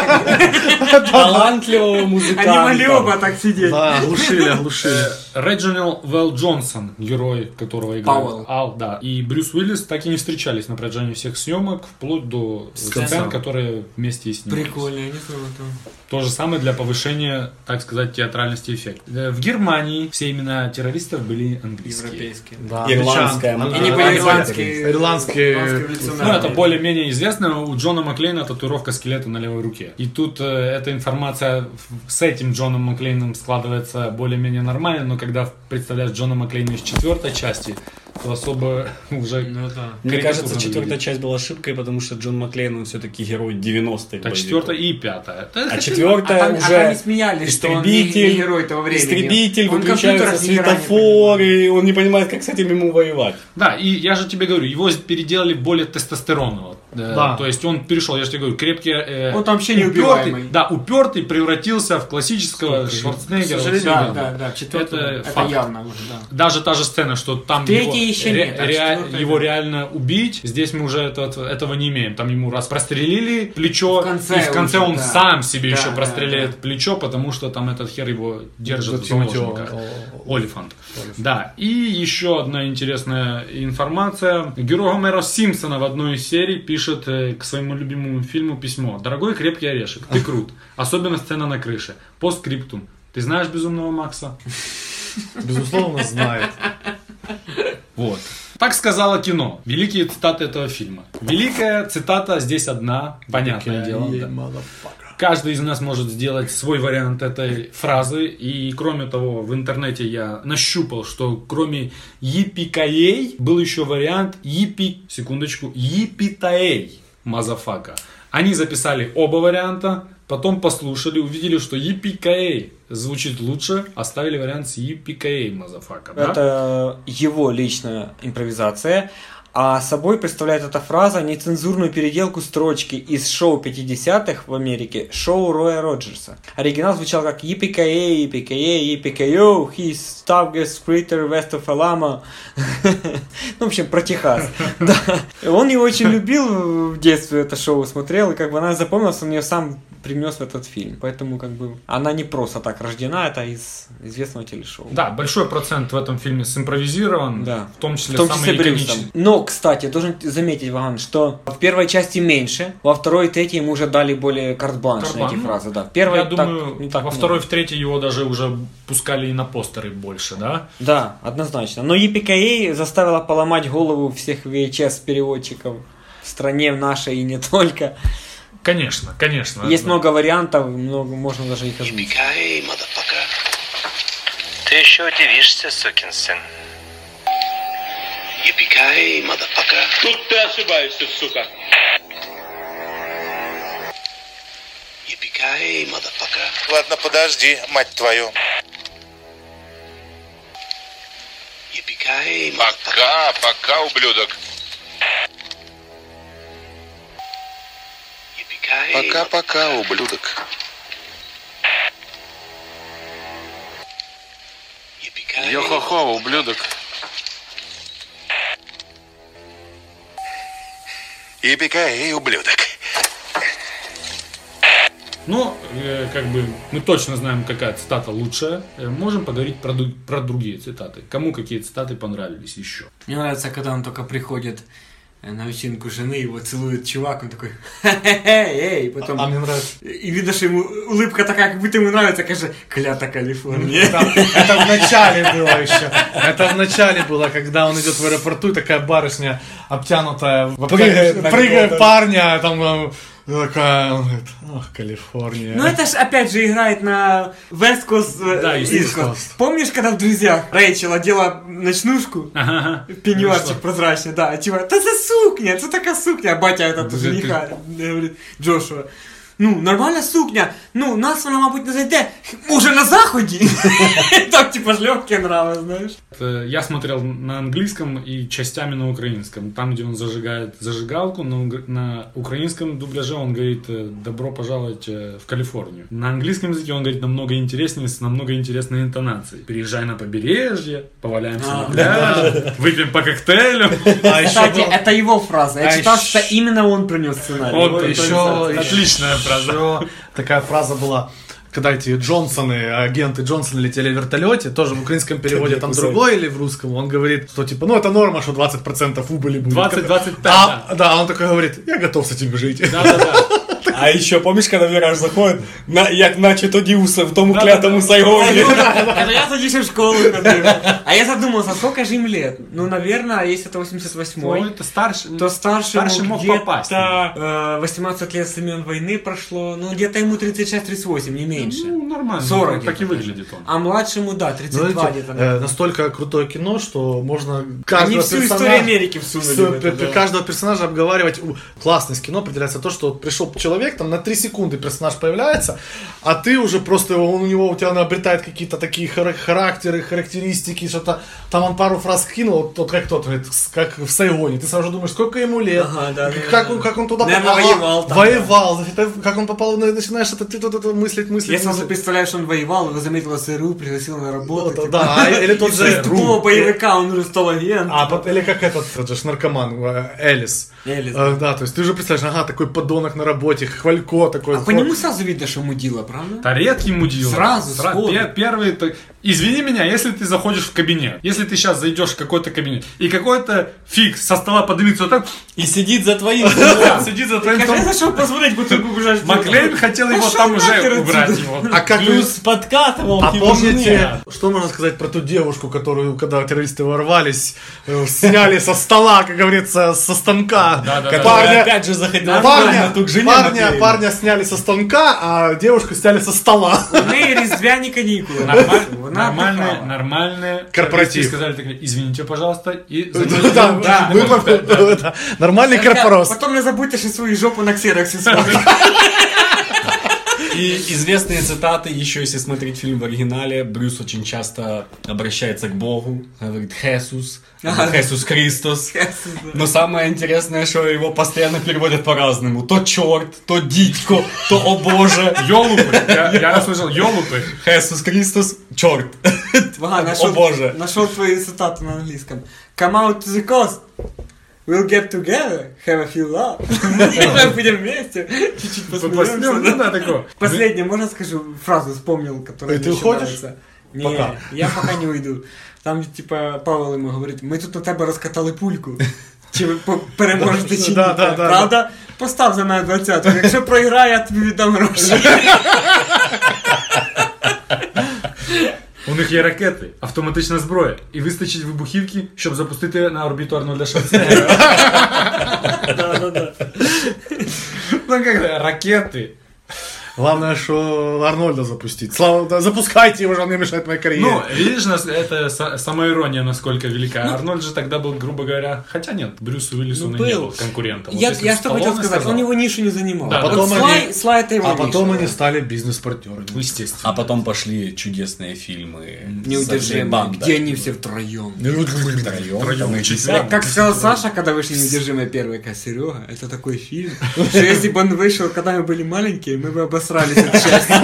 шарики? Талантливого Они музыканта. могли оба так сидеть. Да, оглушили, оглушили. Реджинал Вэлл Джонсон, герой, которого играет Пауэлл. Ал, да. И Брюс Уиллис так и не встречались на протяжении всех съемок, вплоть до сцен, Сцен. которые вместе и снимались. Прикольно, я не знал этого. То же самое для повышения, так сказать, театральности эффекта. Э, В Германии все имена террористов были английские. Европейские. Да, Ирландская, англичан. Они были Английские. ирландские. Ирландские. ирландские Ну, революционеры. это более-менее известно. У Джона Маклейна татуировка скелета на левой руке. И тут э, эта информация в- с этим Джоном Маклейном складывается более-менее нормально, но когда представляешь Джона Маклейна из четвертой части, то особо уже... Ну да. Мне карикатурно кажется, четвертая выглядит. часть была ошибкой, потому что Джон Маклейн, он все-таки герой девяностых. Так, боевиков. четвертая и пятая. Это- А А четвертая там, а уже там не смеялись, что он не, истребитель, не герой того времени. истребитель, Он выключаются компьютеров ни хера не светофоры, он не понимает, как с этим ему воевать. Да, и я же тебе говорю, его переделали более тестостеронного. Э, Да. То есть он перешел, я же тебе говорю, крепкий... э, Он там вообще не упертый, убиваемый. да, упертый превратился в классического Шварценеггера. К сожалению, Вот да, всё. да, да, четвертый, Это это, факт. явно уже, да. Даже та же сцена, что там Третья его, еще ре- нет, а ре- четвертая, его да. реально убить, здесь мы уже это- этого не имеем. Там ему раз прострелили плечо, В конце и в конце уже, он да. сам себе Да, еще да, простреляет да. плечо, потому что там этот хер его держит Это в Тимоти заложниках. О- О- Олифант. Да, и еще одна интересная информация. Герой Гомера Симпсона в одной из серий пишет э, к своему любимому фильму письмо. «Дорогой крепкий орешек, ты крут. Особенно сцена на крыше. Постскриптум. Ты знаешь Безумного Макса?» Безусловно, знает. Вот. Так сказала кино. Великие цитаты этого фильма. Великая цитата здесь одна, понятное дело. да. Каждый из нас может сделать свой вариант этой фразы. И кроме того, в интернете я нащупал, что кроме «Епикаей» был еще вариант «Епи...» секундочку, «Епитаей» мазафака. Они записали оба варианта, потом послушали, увидели, что Yippee-ki-yay звучит лучше, оставили вариант с Yippee-ki-yay, мазафака, да? Это его личная импровизация. А собой представляет эта фраза нецензурную переделку строчки из шоу пятидесятых в Америке, шоу Роя Роджерса. Оригинал звучал как Yippee-ki-yay, Yippee-ki-yay, Yippee-ki-yo, he's toughest creature west of Alabama. Ну, в общем, про Техас. Да. Он его очень любил в детстве, это шоу смотрел, и как бы она запомнилась, он ее сам привнес в этот фильм. Поэтому как бы она не просто так рождена, это из известного телешоу. Да, большой процент в этом фильме симпровизирован, Да. в том числе, В том числе самый Брюсом. иконичный. Но, кстати, должен заметить, Ваган, что в первой части меньше, во второй и третьей ему уже дали более карт-бланш на Карт-бланш. эти Ну, фразы. Да. В первой Я так, думаю, не так во много. второй, в третьей его даже уже пускали и на постеры больше, да? Да, однозначно. Но Yippee-ki-yay заставила поломать голову всех ви эйч эс-переводчиков в стране, в нашей и не только. Конечно, конечно. Есть Да. много вариантов, много, можно даже их озвучить. Ты еще удивишься, сукин сын. Yippee-ki-yay, motherfucker. Тут ты ошибаешься, сука. Yippee-ki-yay, motherfucker. Ладно, подожди, мать твою. Yippee-ki-yay, motherfucker. Пока, пока, ублюдок. Yippee-ki-yay, Пока-пока, ублюдок. Yippee-ki-yay. Йо-хо-хо, ублюдок. Yippee-ki-yay, ублюдок. Ну, э, как бы мы точно знаем, какая цитата лучшая. Э, можем поговорить про, ду- про другие цитаты. Кому какие цитаты понравились еще? Мне нравится, когда он только приходит на вечеринку жены, его целует чувак, он такой эй, потом... А мне нравится. И видно, что ему улыбка такая, как будто ему нравится, каже, клята Калифорния. Это, это в начале было еще. Это в начале было, когда он идет в аэропорту, и такая барышня обтянутая, в- Прыгает на прыгает какого-то- парня, а там э, такая, он говорит, ох, Калифорния. Ну это ж опять же играет на West Coast, э, Да, East East Coast. Coast. Помнишь, когда в «Друзьях» Рэйчел одела ночнушку, Ага. пеньюарчик прозрачный, да, типа, та це сукня, це така сукня, а батя этот Да жениха говорит, Джошуа, ну, нормальна сукня, ну, нас вона, мабуть, не зайде, може на заході? Так, типа, ж легкие нрави, знаешь. Э, Я смотрел на английском и частями на украинском. Там, где он зажигает зажигалку, на, уг- на украинском дубляже он говорит э, «добро пожаловать э, в Калифорнию». На английском языке он говорит намного интереснее, с намного интересной интонацией. «Приезжай на побережье, поваляемся А, на пляже, выпьем по коктейлю». А еще Кстати, был- это его фраза, я А читал, еще- что именно он принес сценарий. Он Вот еще импровизация. отличная фраза. Еще такая фраза была, когда эти Джонсоны, агенты Джонсона летели в вертолете, тоже в украинском переводе там другой или в русском, он говорит, что типа, ну это норма, что двадцать процентов убыли будет. двадцать-двадцать пять, А, да, он такой говорит, я готов с этим жить. Да-да-да. А еще, помнишь, когда Вираж заходит, на, як наче тоді усе в тому клятому Сайгоні. Это я тоді ще в школу ходив. А я задумался, сколько же им лет? Ну, наверное, если это восемьдесят Ну, восьмой, это старше. то старше, Старше ему мог где-то попасть. э, восемнадцать лет с имен войны прошло, ну, где-то ему тридцать шесть тридцать восемь, не меньше. Ну, нормально. сорок Так и где-то. выглядит он. А младшему, да, тридцать два Знаете, где-то. э, настолько крутое кино, что можно Они каждого всю персонажа- историю Америки всунули всю- в это, при- да. каждого персонажа обговаривать. У, Классность кино определяется то, что пришел человек, там на три секунды персонаж появляется, а ты уже просто его- он у него у тебя обретает какие-то такие хара- характеры, характеристики, что-то там он пару фраз кинул, вот, вот как тот говорит, с- как в Сайгоне, ты сразу думаешь, сколько ему лет, Ага, да, да, как, да. он, как он туда Наверное, попал, воевал там, воевал, это как он попал, ну, начинаешь это, ты тут это мыслить, мыслить, Я сразу мыслить. представляю, что он воевал, его заметила ЦРУ, пригласил на работу. Вот, типа. да, а, или тот Из же тупого боевика он уже стал агент. А, пот- или как этот, тот же ж наркоман, э, Элис. Элис, Э, да, то есть ты уже представляешь, ага, такой подонок на работе, хвалько такой. А по нему сразу видно, что мудила, правда? Да редкий мудила. Сразу, Сра- сходу. пе- Первый, то- извини меня, если ты заходишь в кабинет, если ты сейчас зайдешь в какой-то кабинет, и какой-то фиг со стола поднимется вот так, И сидит за твоим. да, сидит за твоим Скажи, столом. зашел посмотреть бутылку гужаш. Маклейн хотел его Пошел там нахер уже убрать отсюда. его. А как Плюс подкатывал А к его помните, жене. что можно сказать про ту девушку, которую, когда террористы ворвались, э, сняли со стола, как говорится, со станка. Да, да, да. Который Парня, опять же заходил парня, на к жене парня, Маклейна. парня сняли со станка, а девушку сняли со стола. У неї різдвяні канікули. Нормаль- Вона Нормальные, отдыхала. нормальные. Корпоратив. И сказали так, извините, пожалуйста, и Да, да. выпав- да. Нормальный корпорос. Потім не забудьте ще свою жопу на ксероксі свою. И известные цитаты, еще если смотреть фильм в оригинале, Брюс очень часто обращается к Богу, говорит «Хесус», «Хесус Христос». Но самое интересное, что его постоянно переводят по-разному. То черт, то дитько, то о боже. Ёлупы. Я, я расслышал ёлупы. Хесус Христос, черт. Ага, О нашел, боже. нашел твои цитаты на английском. Come out to the coast. We'll get together, have a few love. Мы будем вместе, чуть-чуть посмеемся. Ну да, такого. Последнее, можно скажу фразу вспомнил, которая Ты мне еще уходишь? нравится? Не, Пока. я пока не уйду. Там, типа, Павел ему говорить, ми тут на тебе розкатали пульку. Чи ви по- переможете чи ні? Да, да, да. Правда? Постав за мене двадцятку. Якщо програє, я тобі віддам гроші. У них є ракети, автоматична зброя. І вистачить вибухівки, щоб запустити на орбіту Арнольда Шварценеггера. Да-да-да. Ну как ракети. Главное, что Арнольда запустить. Слава, да, запускайте его, же он не мешает моей карьере. Ну, видишь, нас- это са- самоирония насколько велика. Арнольд же тогда был, грубо говоря, хотя нет, Брюсу Уиллису Ну, он и не был. был конкурентом. Вот Я, если я бы что хотел Сталлоне сказать, сказал, он его нишу не занимал. Да, Вот потом Слай, они- Слай это его А ниша, потом да. они стали бизнес-партнерами. ну, естественно. А потом пошли чудесные фильмы. Неудержимые, Банда. где они все втроем. Втроем. Втроем. Там и Четвером. десятка. Как сказал Саша, когда вышли «Неудержимые» первые, как Серега, это такой фильм, что если бы он вышел, когда мы были маленькие, мы бы обосрались от счастья.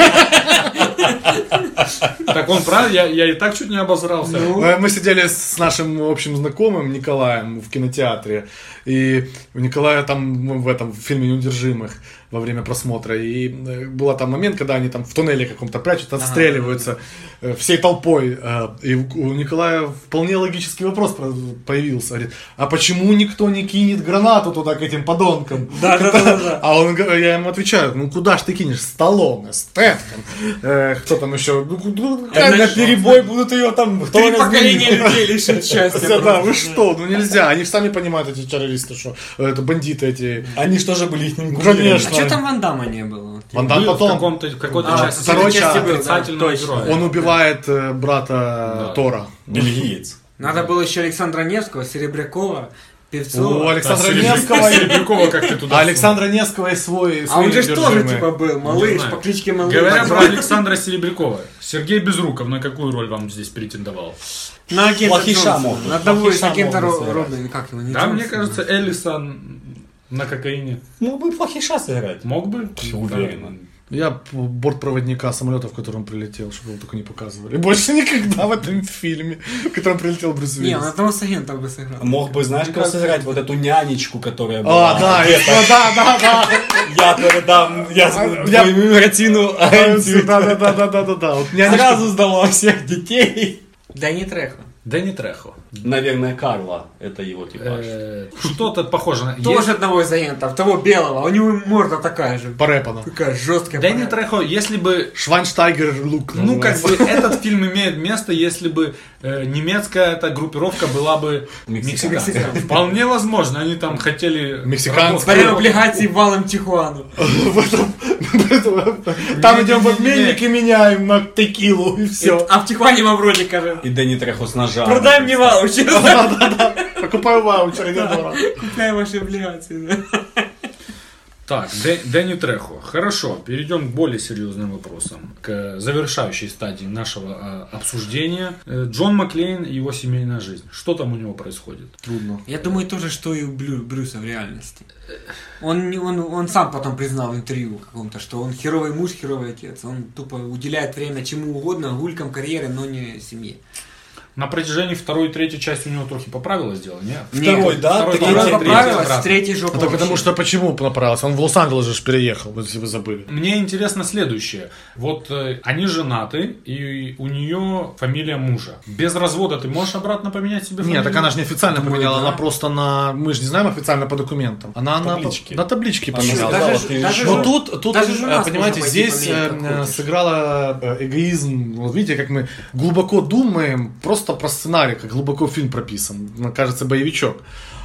Так он прав, я, я и так чуть не обосрался. Э, Мы сидели с нашим общим знакомым Николаем в кинотеатре. И у Николая там ну, в этом в фильме «Неудержимых» во время просмотра. И э, был там момент, когда они там в туннеле каком-то прячутся, отстреливаются э, всей толпой. Э, И у у Николая вполне логический вопрос про- появился. Говорит, а почему никто не кинет гранату туда к этим подонкам? Да, да, да, да. А он, г- я ему отвечаю, ну куда ж ты кинешь? Сталлоне, Стэтхэм, э, кто там еще? Ну, ну, На перебой будут ее там... кто Три разменит. поколения людей лишат счастья. Да, просто. вы что? Ну нельзя. Они сами понимают, эти террористы, что э, это бандиты эти. Они что же были их не Конечно. А что там Ван Дамма не было? Вот. Ван Дам Был в потом, каком-то, в какой-то А, части, второй части был, да, отрицательного точно. героя. он убивает э, брата Да. Тора. Бельгиец. Надо было еще Александра Невского, Серебрякова, У Певцова. Александра Серебря- Невского. Серебрякова как ты туда А Александра Невского и свой. А свой он же ж тоже неудержимый. типа был, Не малыш, знаю. по кличке Малыш. Говоря про Александра Серебрякова, Сергей Безруков на какую роль вам здесь претендовал? На агента Плохиша Джонса. мог. На одного из Плохиша агента мог бы Ро- сыграть. Робин, как его, не Да, Джонса? мне кажется, Эллисон на кокаине. Мог бы плохиша сыграть. Мог бы? Уверенно. Я п- бортпроводника самолета, в котором прилетел, чтобы его только не показывали. Больше никогда в этом фильме, в котором прилетел Брюс Не, он Уиллис. одного с агентом бы сыграл. Мог бы, знаешь, кого сыграть? Вот эту нянечку, которая была. А, да, это, да, да, да. Я передам, я Я- твою ротину агенцию. Да, да, да, да, да, да, да. Вот нянечка- Сразу сдала всех детей. Дэнни Трехо. Дэнни Трехо. Наверное, Карла. Это его типаж. Э, Что-то похоже на... Тоже Есть- одного из агентов, того белого. У него морда такая же. Порепана. Такая жесткая. Дэнни понятно. Трехо, если бы... Швайнштайгер лук. Ну, как называется. бы этот фильм имеет место, если бы э, немецкая эта группировка была бы Мексиканская. мексиканская. Вполне возможно, они там хотели... Мексиканская. Берем облигации валом Тихуану. Там идем в обменник и меняем на текилу, и все. А в Тихуане вам вроде кажем. И Дэнни Трехо с ножа. Продай мне ваучер. Покупаю ваучер, недорого. Купляй ваши облигации. да. Так, Дэ- Дэнни Трехо. Хорошо, перейдем к более серьезным вопросам. К завершающей стадии нашего э, обсуждения. Э, Джон Маклейн и его семейная жизнь. Что там у него происходит? Трудно. Я думаю, то же, что и у Блю- Брюса в реальности. Он, не- он, он сам потом признал в интервью каком-то, что он херовый муж, херовый отец. Он тупо уделяет время чему угодно, гулькам, карьере, но не семье. На протяжении второй и третьей части у него трохи поправилось дело, не? Второй, да? Второй, Третий, третий, Второй третий поправилась, обратно. третий жопа Это вообще. потому что почему поправился? Он в Лос-Анджелес же ж переехал, если вы забыли. Мне интересно следующее. Вот э, они женаты, и у нее фамилия мужа. Без развода ты можешь обратно поменять себе фамилию? Нет, так она же не официально Думаю, поменяла, да. она просто на... Мы же не знаем официально по документам. Она на Табличке. на табличке Она поменяла. сказала, Даже- ты даже Но жен- тут, тут даже э, жена понимаете, сможет пойти здесь поменять, э, как хочешь. сыграла э, эгоизм. Вот видите, как мы глубоко думаем просто про сценарий, как глубоко фильм прописан. Мне кажется, боевичок.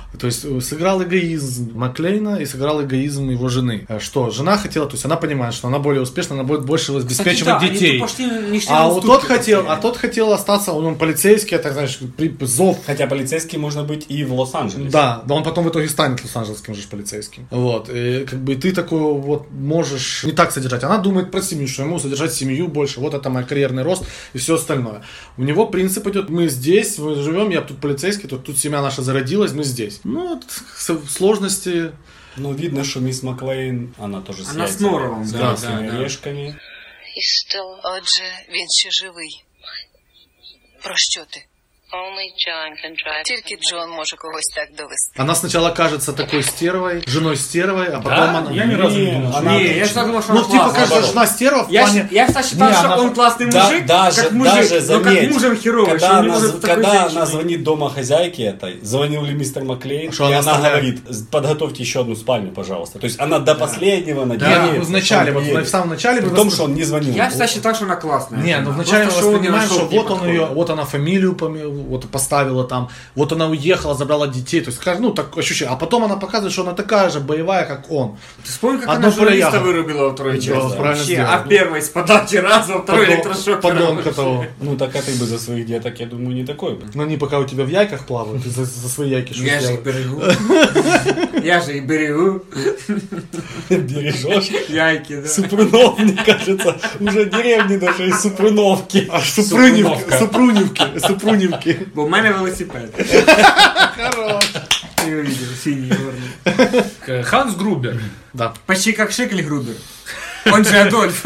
То есть сыграл эгоизм Маклейна и сыграл эгоизм его жены. Что? Жена хотела, то есть она понимает, что она более успешна, она будет больше обеспечивать Кстати, да, детей. пошли, не шли А на вот тот уступки хотел, постоянно. а тот хотел остаться, он, он полицейский, это, знаешь, при- зов. Хотя полицейский можно быть и в Лос-Анджелесе. Да, да он потом в итоге станет лос-анджелесским же полицейским. Вот. И как бы ты такой вот можешь не так содержать. Она думает про семью, что ему содержать семью больше. Вот это мой карьерный рост и все остальное. У него принцип идет, мы здесь, мы живем, я тут полицейский, тут, тут семья наша зародилась, мы здесь. Ну, вот, с- сложности. Ну, видно, что мисс Маклейн, она тоже с Она с яйцами, норовом, с да, красными да, да. орешками. Отже, він ще живий. Про що ти? Тільки Джон може когось так довести. Она сначала кажется такой стервой, женой стервой, а потом Да? она... Я ни разу не думал, что она она Не, я отличная. всегда думал, что Ну, она типа, классная. кажется, жена стерва в Я, плане... щ- я всегда считал, Не, что она- он классный Да, мужик, даже, как мужик, даже но заметь, как мужем херовый, что когда он не она, может з- с такой когда женщиной. она звонит домохозяйке этой, звонил ли мистер Маклейн, Что и она она оставляет? говорит, подготовьте еще одну спальню, пожалуйста. То есть она до последнего Да, надеется. ну, в начале, что он вот приедет. в самом начале... При мы том, воспри- что он не звонил. Я всегда считал, что она классная. Не, ну Просто вначале мы что он не воспринимаем, нашел что к ней вот он подхода. ее, вот она фамилию поме- вот поставила там, вот она уехала, забрала детей, то есть, как- ну, так ощущение. А потом она показывает, что она такая же боевая, как он. Ты вспомни, как Одно она журналиста поле ягод. вырубила во второй Да, части. правильно Вообще, сделала. а первой с подачи раз, во второй Подон- электрошокер. Подонка того. Ну так а ты бы за своих деток, я думаю, не такой бы. Но они пока у тебя в яйках плавают, ты за, за свои яйки что Я же их сделал? берегу. Я же их берегу. Бережешь. Яйки, да. Супрунов, мне кажется, уже деревни даже из Супруновки. А Супруневки, Супруневки, Супруневки. Бо в мене велосипед. Ты увидел, синий горный. К- Ханс Грубер. Да. Почти как Шекель Грубер. Он же Адольф.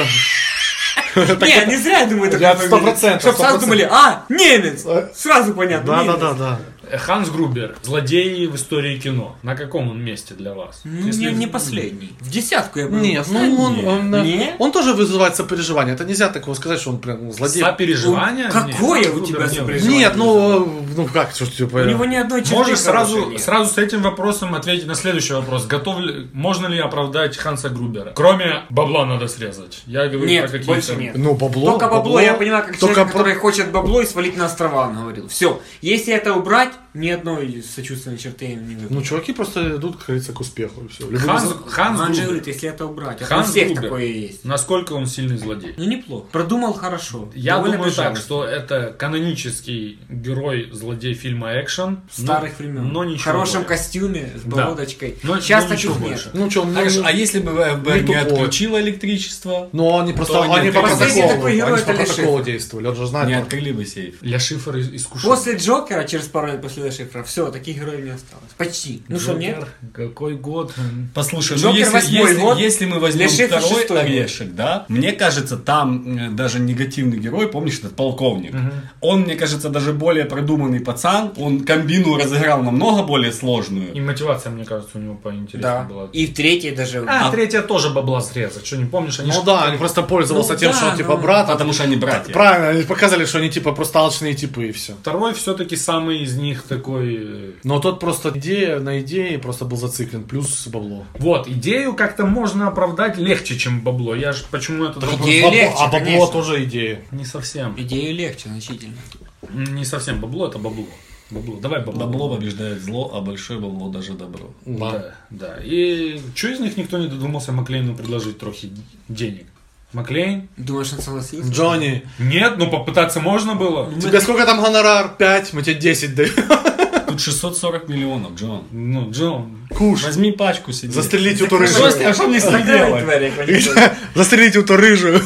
Не, не зря я думаю, Я такой сто фамилия. процентов, Чтоб сто сразу процентов. думали, а, немец. Сразу понятно, Да, да, немец. да, да. Ханс Грубер. Злодей в истории кино. На каком он месте для вас? Ну, Если- не, не последний. В десятку я бы Нет, ну он, он, э, Не? он тоже вызывает сопереживание. Это нельзя такого сказать, что он прям злодей. Сопереживание? Какое Нет, у Ханс тебя Грубер не сопереживание? Нет, ну, ну как, что типа... У него ни одной черты Можешь сразу, хорошей нет. сразу с этим вопросом ответить на следующий вопрос. Готов ли, можно ли оправдать Ханса Грубера? Кроме бабла надо срезать. Я говорю про Нет, какие-то... больше нет. Ну, бабло. Только бабло, я понимаю, как только человек, про- который хочет бабло и свалить на острова, он говорил. Все, если это убрать, ни одной сочувственной черты я не вижу. Ну, чуваки просто идут, как говорится, к успеху и все. Ханс, Ханс Он же Грубер. говорит, если это убрать. Это Ханс у всех Грубер. такое есть. Насколько он сильный злодей? Ну, неплохо. Продумал хорошо. Я Довольно думаю так, безжалостно. что это канонический герой-злодей фильма «Экшен». Старых но, времен. Но В ничего хорошем более. костюме, с Да. бородочкой. Но- Сейчас но таких ничего нет. больше. Ну, что, ну, Хорошо, ну, а если бы эф бэ эр не не тупой. отключило электричество, но они просто, То они нет, по последний протоколу, такой герой они по это протоколу Лешев. действовали, он же знает. не как. открыли бы сейф. Ля Шифр искушен. После Джокера, через пару лет после Шифра, все, таких героев не осталось. Почти. Ну что, нет? Джокер, какой год? Послушай, Джокер ну если, восьмой если, год, если мы возьмем Лешев второй шестой год. орешек, да, мне кажется, там э, даже негативный герой, помнишь, этот полковник, он, мне кажется, даже более продуманный пацан, он комбину разыграл намного более сложную. И мотивация, мне кажется, у него поинтереснее Да. была. И в третьей даже. А, третья тоже бабла срезать. Что, не помнишь? Они Ну ж- да, они просто пользовался Ну тем, да, что он типа ну, брат. Потому что они братья. Правильно, они показали, что они типа просто алчные типы и все. Второй все-таки самый из них такой... э, Но тот просто идея на идее просто был зациклен, плюс бабло. Вот, идею как-то можно оправдать легче, чем бабло. Я же почему этот Так вопрос- идею Бабло- легче, а бабло конечно. тоже идея. Не совсем. Идею легче значительно. Не совсем бабло, это бабло. Бабло. Давай бабло. Бабло побеждает зло, а большое бабло даже добро. Да, да. И что из них никто не додумался Маклейну предложить трохи денег? Маклейн? Думаешь, он согласится? Джонни, Нет, ну попытаться можно было. тебе сколько там гонорар? Пять, мы тебе десять даем. Тут шестьсот сорок миллионов, Джон. Ну, Джон. Куш. Возьми пачку себе. Застрелить эту Что, рыжую. с- а что мне с ней Закрой делать? двери, конечно. Застрелить эту рыжую.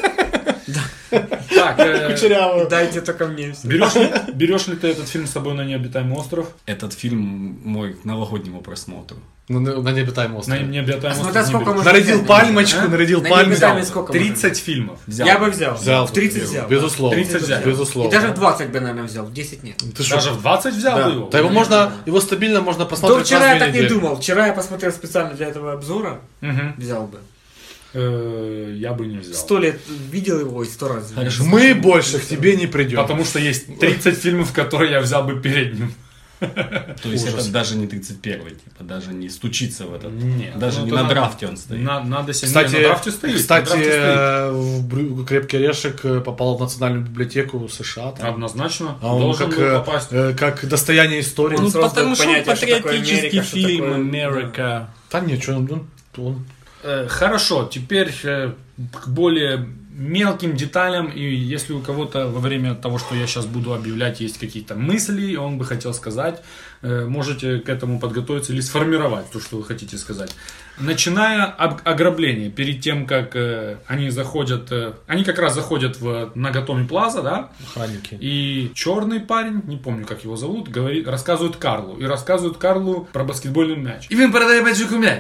Так, э, Кучерявую. Дайте только мне все. берешь, ли, берешь ли ты этот фильм с собой на необитаемый остров? Этот фильм мой к новогоднему просмотру. Ну, на на необитаемом На острове. необитаемый Смотря остров не сколько берешь. можно Нарядил взять. пальмочку, А? нарядил На пальму. необитаемый сколько можно тридцать фильмов. Взял. Я бы взял. Взял. В тридцать взял. Безусловно. тридцать взял. И Безусловно. даже в двадцать бы, наверное, взял. В десять нет. Ты что? Даже в двадцать взял Да. бы его? Да его можно, его стабильно можно То посмотреть вчера раз я в две так не недели. думал. Вчера я посмотрел специально для этого обзора. Мгм. Взял бы. Э, Я бы не взял. Сто лет видел его и сто раз взял. Мы больше к тебе не придем. Потому что есть тридцать фильмов, которые я взял бы перед ним. То есть Ужас. это даже не тридцать первый, типа, даже не стучится в этот. Нет, даже ну, не то на надо- драфте он стоит. На- надо себе... Кстати, Не, на драфте стоит. на кстати драфте стоит. э, в Брю- «Крепкий орешек» э, попал в Национальную библиотеку США. Там. Однозначно. А он должен как, был э, попасть. э, как достояние истории. Он Ну, создал потому что он понятие, что такое патриотический Америка, что фильм такое- «Америка». Да нет, что он, он, он- Э, Хорошо, теперь э, к более мелким деталям, и если у кого-то во время того, что я сейчас буду объявлять, есть какие-то мысли, и он бы хотел сказать, э, можете к этому подготовиться или сформировать то, что вы хотите сказать. Начиная об- ограбление, перед тем, как э, они заходят, э, они как раз заходят в Нагатоми Плаза, да, охранники. и черный парень, не помню, как его зовут, говорит, рассказывает Карлу. И рассказывает Карлу про баскетбольный мяч. И вы продаете мальчику мяч.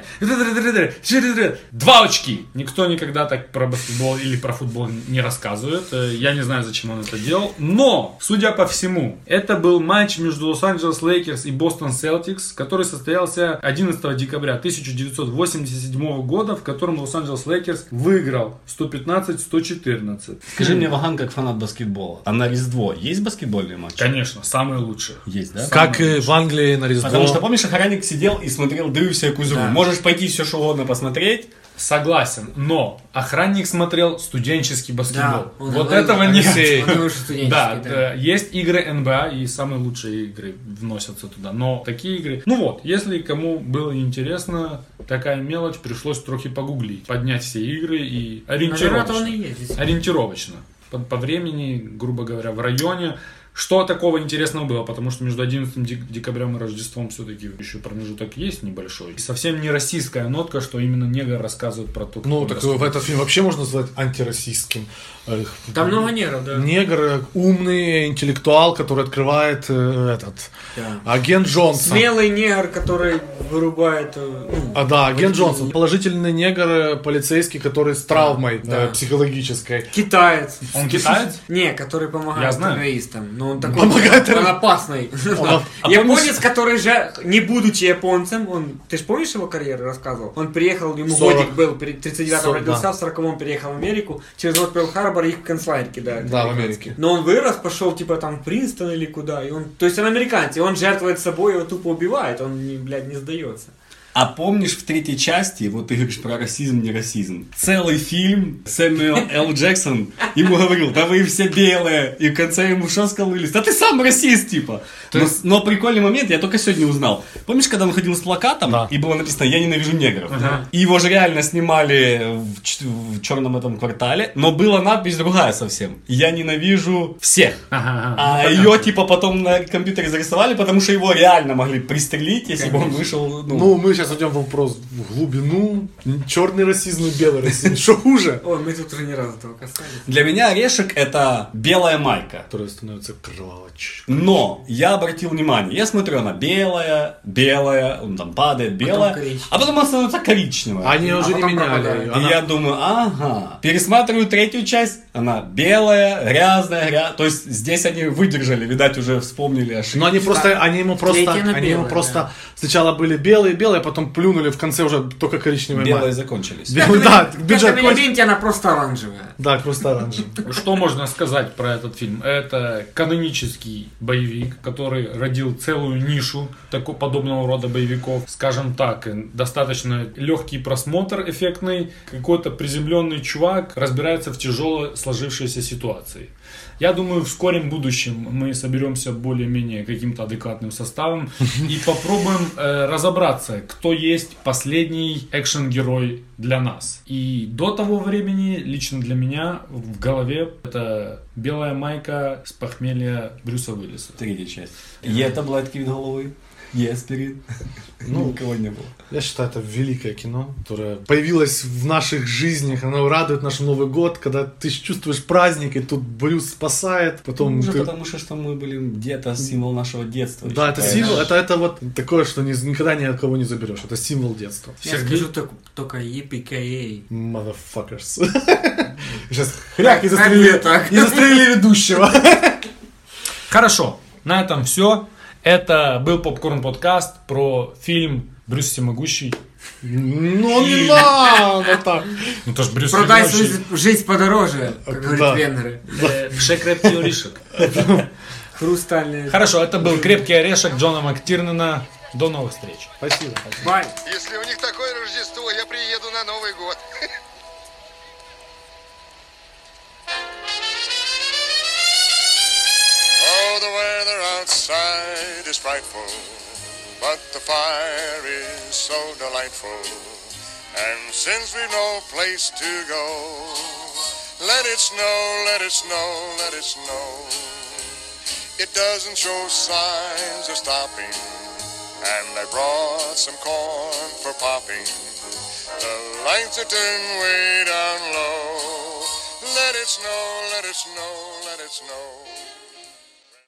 Два очки. Никто никогда так про баскетбол или про футбол не рассказывает. Э, Я не знаю, зачем он это делал. Но, судя по всему, это был матч между Лос-Анджелес Лейкерс и Бостон Селтикс, который состоялся одиннадцатого декабря тысяча девятьсот восемьдесят седьмого года, в котором Лос-Анджелес Лейкерс выиграл сто пятнадцать сто четырнадцать. Скажи мне, Ваган, как фанат баскетбола, а на Різдво есть баскетбольный матч? Конечно, самые лучшие. Есть, да? Как и в Англии на Різдво. Потому что, помнишь, охранник сидел и смотрел, дивився якусь игру. Да. Можешь пойти все что угодно посмотреть. Согласен, но охранник смотрел студенческий баскетбол. Да, он вот говорил, этого Алексей, нет. он говорил, что студенческий, Да, да. э, есть игры эн бэ а, и самые лучшие игры вносятся туда. Но такие игры... Ну вот, если кому было интересно, такая мелочь, пришлось трохи погуглить. Поднять все игры и Наверное, он и ориентировочно. есть. действительно. Ориентировочно. По, по времени, грубо говоря, в районе. Что такого интересного было? Потому что между одиннадцатым дек- декабрем и Рождеством все-таки еще промежуток есть небольшой. И совсем не российская нотка, что именно негр рассказывает про то, как Ну, он так рассказывает. в этот фильм вообще можно назвать антироссийским. Э, Там много негров, да. Негр, э, умный интеллектуал, который открывает э, этот Да. агент Джонсон. Смелый негр, который вырубает... э, ну, А, да, агент вот- Джонсон. Положительный негр, э, полицейский, который с травмой Да. э, психологической. Китаец. Он китаец? Не, который помогает Я знаю. террористам. Но он такой, Помогает он опасный. а Японец, который же, не будучи японцем, он, ты же помнишь его карьеру, рассказывал? Он приехал, ему сорок. годик был, при тридцать девятом сорок, родился, да. в сороковом переехал в Америку, через вот Перл-Харбор их в концлагерь кидают. Да, в американский. Америке. Но он вырос, пошел типа там в Принстон или куда, и он, то есть он американец, и он жертвует собой, его тупо убивает, он, не, блядь, не сдается. А помнишь в третьей части, вот ты говоришь про расизм, не расизм, целый фильм Сэмюэл Л. Джексон ему говорил, да вы все белые, и в конце ему что сказал Уиллис? Да ты сам расист, типа. Но, но прикольный момент, я только сегодня узнал. Помнишь, когда он ходил с плакатом, Да. и было написано «Я ненавижу негров». И его же реально снимали в, ч- в черном этом квартале, но была надпись другая совсем. «Я ненавижу всех». Ага, А ну, ее понятно. типа потом на компьютере зарисовали, потому что его реально могли пристрелить, если бы он вышел. Ну, Ну, мы сейчас идем в вопрос в глубину. Черный расизм и белый расизм. Что хуже? Ой, мы тут уже ни разу этого касались. для меня орешек это белая майка. Который становится кровавочкой. Но я обратил внимание, я смотрю, она белая, белая, он там падает, белая, коричневая. а потом она становится коричневая. Они А уже не потом меняли. пропадает. ее. И Она- я думаю, ага, пересматриваю третью часть, она белая, грязная, грязная. То есть здесь они выдержали, видать, уже вспомнили ошибки. Но они просто, они ему просто, Третья она они ему белая, просто да. сначала были белые, белые, потом плюнули, в конце уже только коричневые. белые май. закончились. Белые, да, В бюджет пятом кончился. элементе она просто оранжевая. Да, просто оранжевый. Что можно сказать про этот фильм? Это канонический боевик, который родил целую нишу такого подобного рода боевиков. Скажем так, достаточно легкий просмотр, эффектный. Какой-то приземленный чувак разбирается в тяжелой сложившейся ситуации. Я думаю, в скором будущем мы соберемся более-менее каким-то адекватным составом и попробуем э, разобраться, кто есть последний экшен-герой для нас. И до того времени, лично для меня, в голове это белая майка с похмелья Брюса Уиллиса. Третья часть. И это Блэдки від голови. Є спирит. Ну, никого не было. Я считаю, это великое кино, которое появилось в наших жизнях. Оно радует наш Новый год, когда ты чувствуешь праздник, и тут Брюс спасает. Потом Уже ты- потому что, что мы были где-то символ нашего детства. Да, это считаешь? символ, это, это вот такое, что ни- никогда ни от кого не заберешь. Это символ детства. Я скажу только, только епи-кей. Motherfuckers. Сейчас хряк и Как застрелили, бы так. и застрелили ведущего. Хорошо, на этом все. Это был Попкорн подкаст про фильм «Брюс Всемогущий». Ну не надо так. Ну то ж Брюс Продай Всемогущий. свою жизнь подороже, как Да. говорят венгры. Э, Ще крепкий орішок. хрустальные. Хорошо, это был «Крепкий орешек» Джона МакТирнана. До новых встреч. Спасибо. спасибо. Бай. Если у них такое Рождество, я приеду на Новый год. Oh, the weather outside is frightful, but the fire is so delightful. And since we've no place to go, let it snow, let it snow, let it snow. It doesn't show signs of stopping, and I brought some corn for popping. The lights are turned way down low. Let it snow, let it snow, let it snow.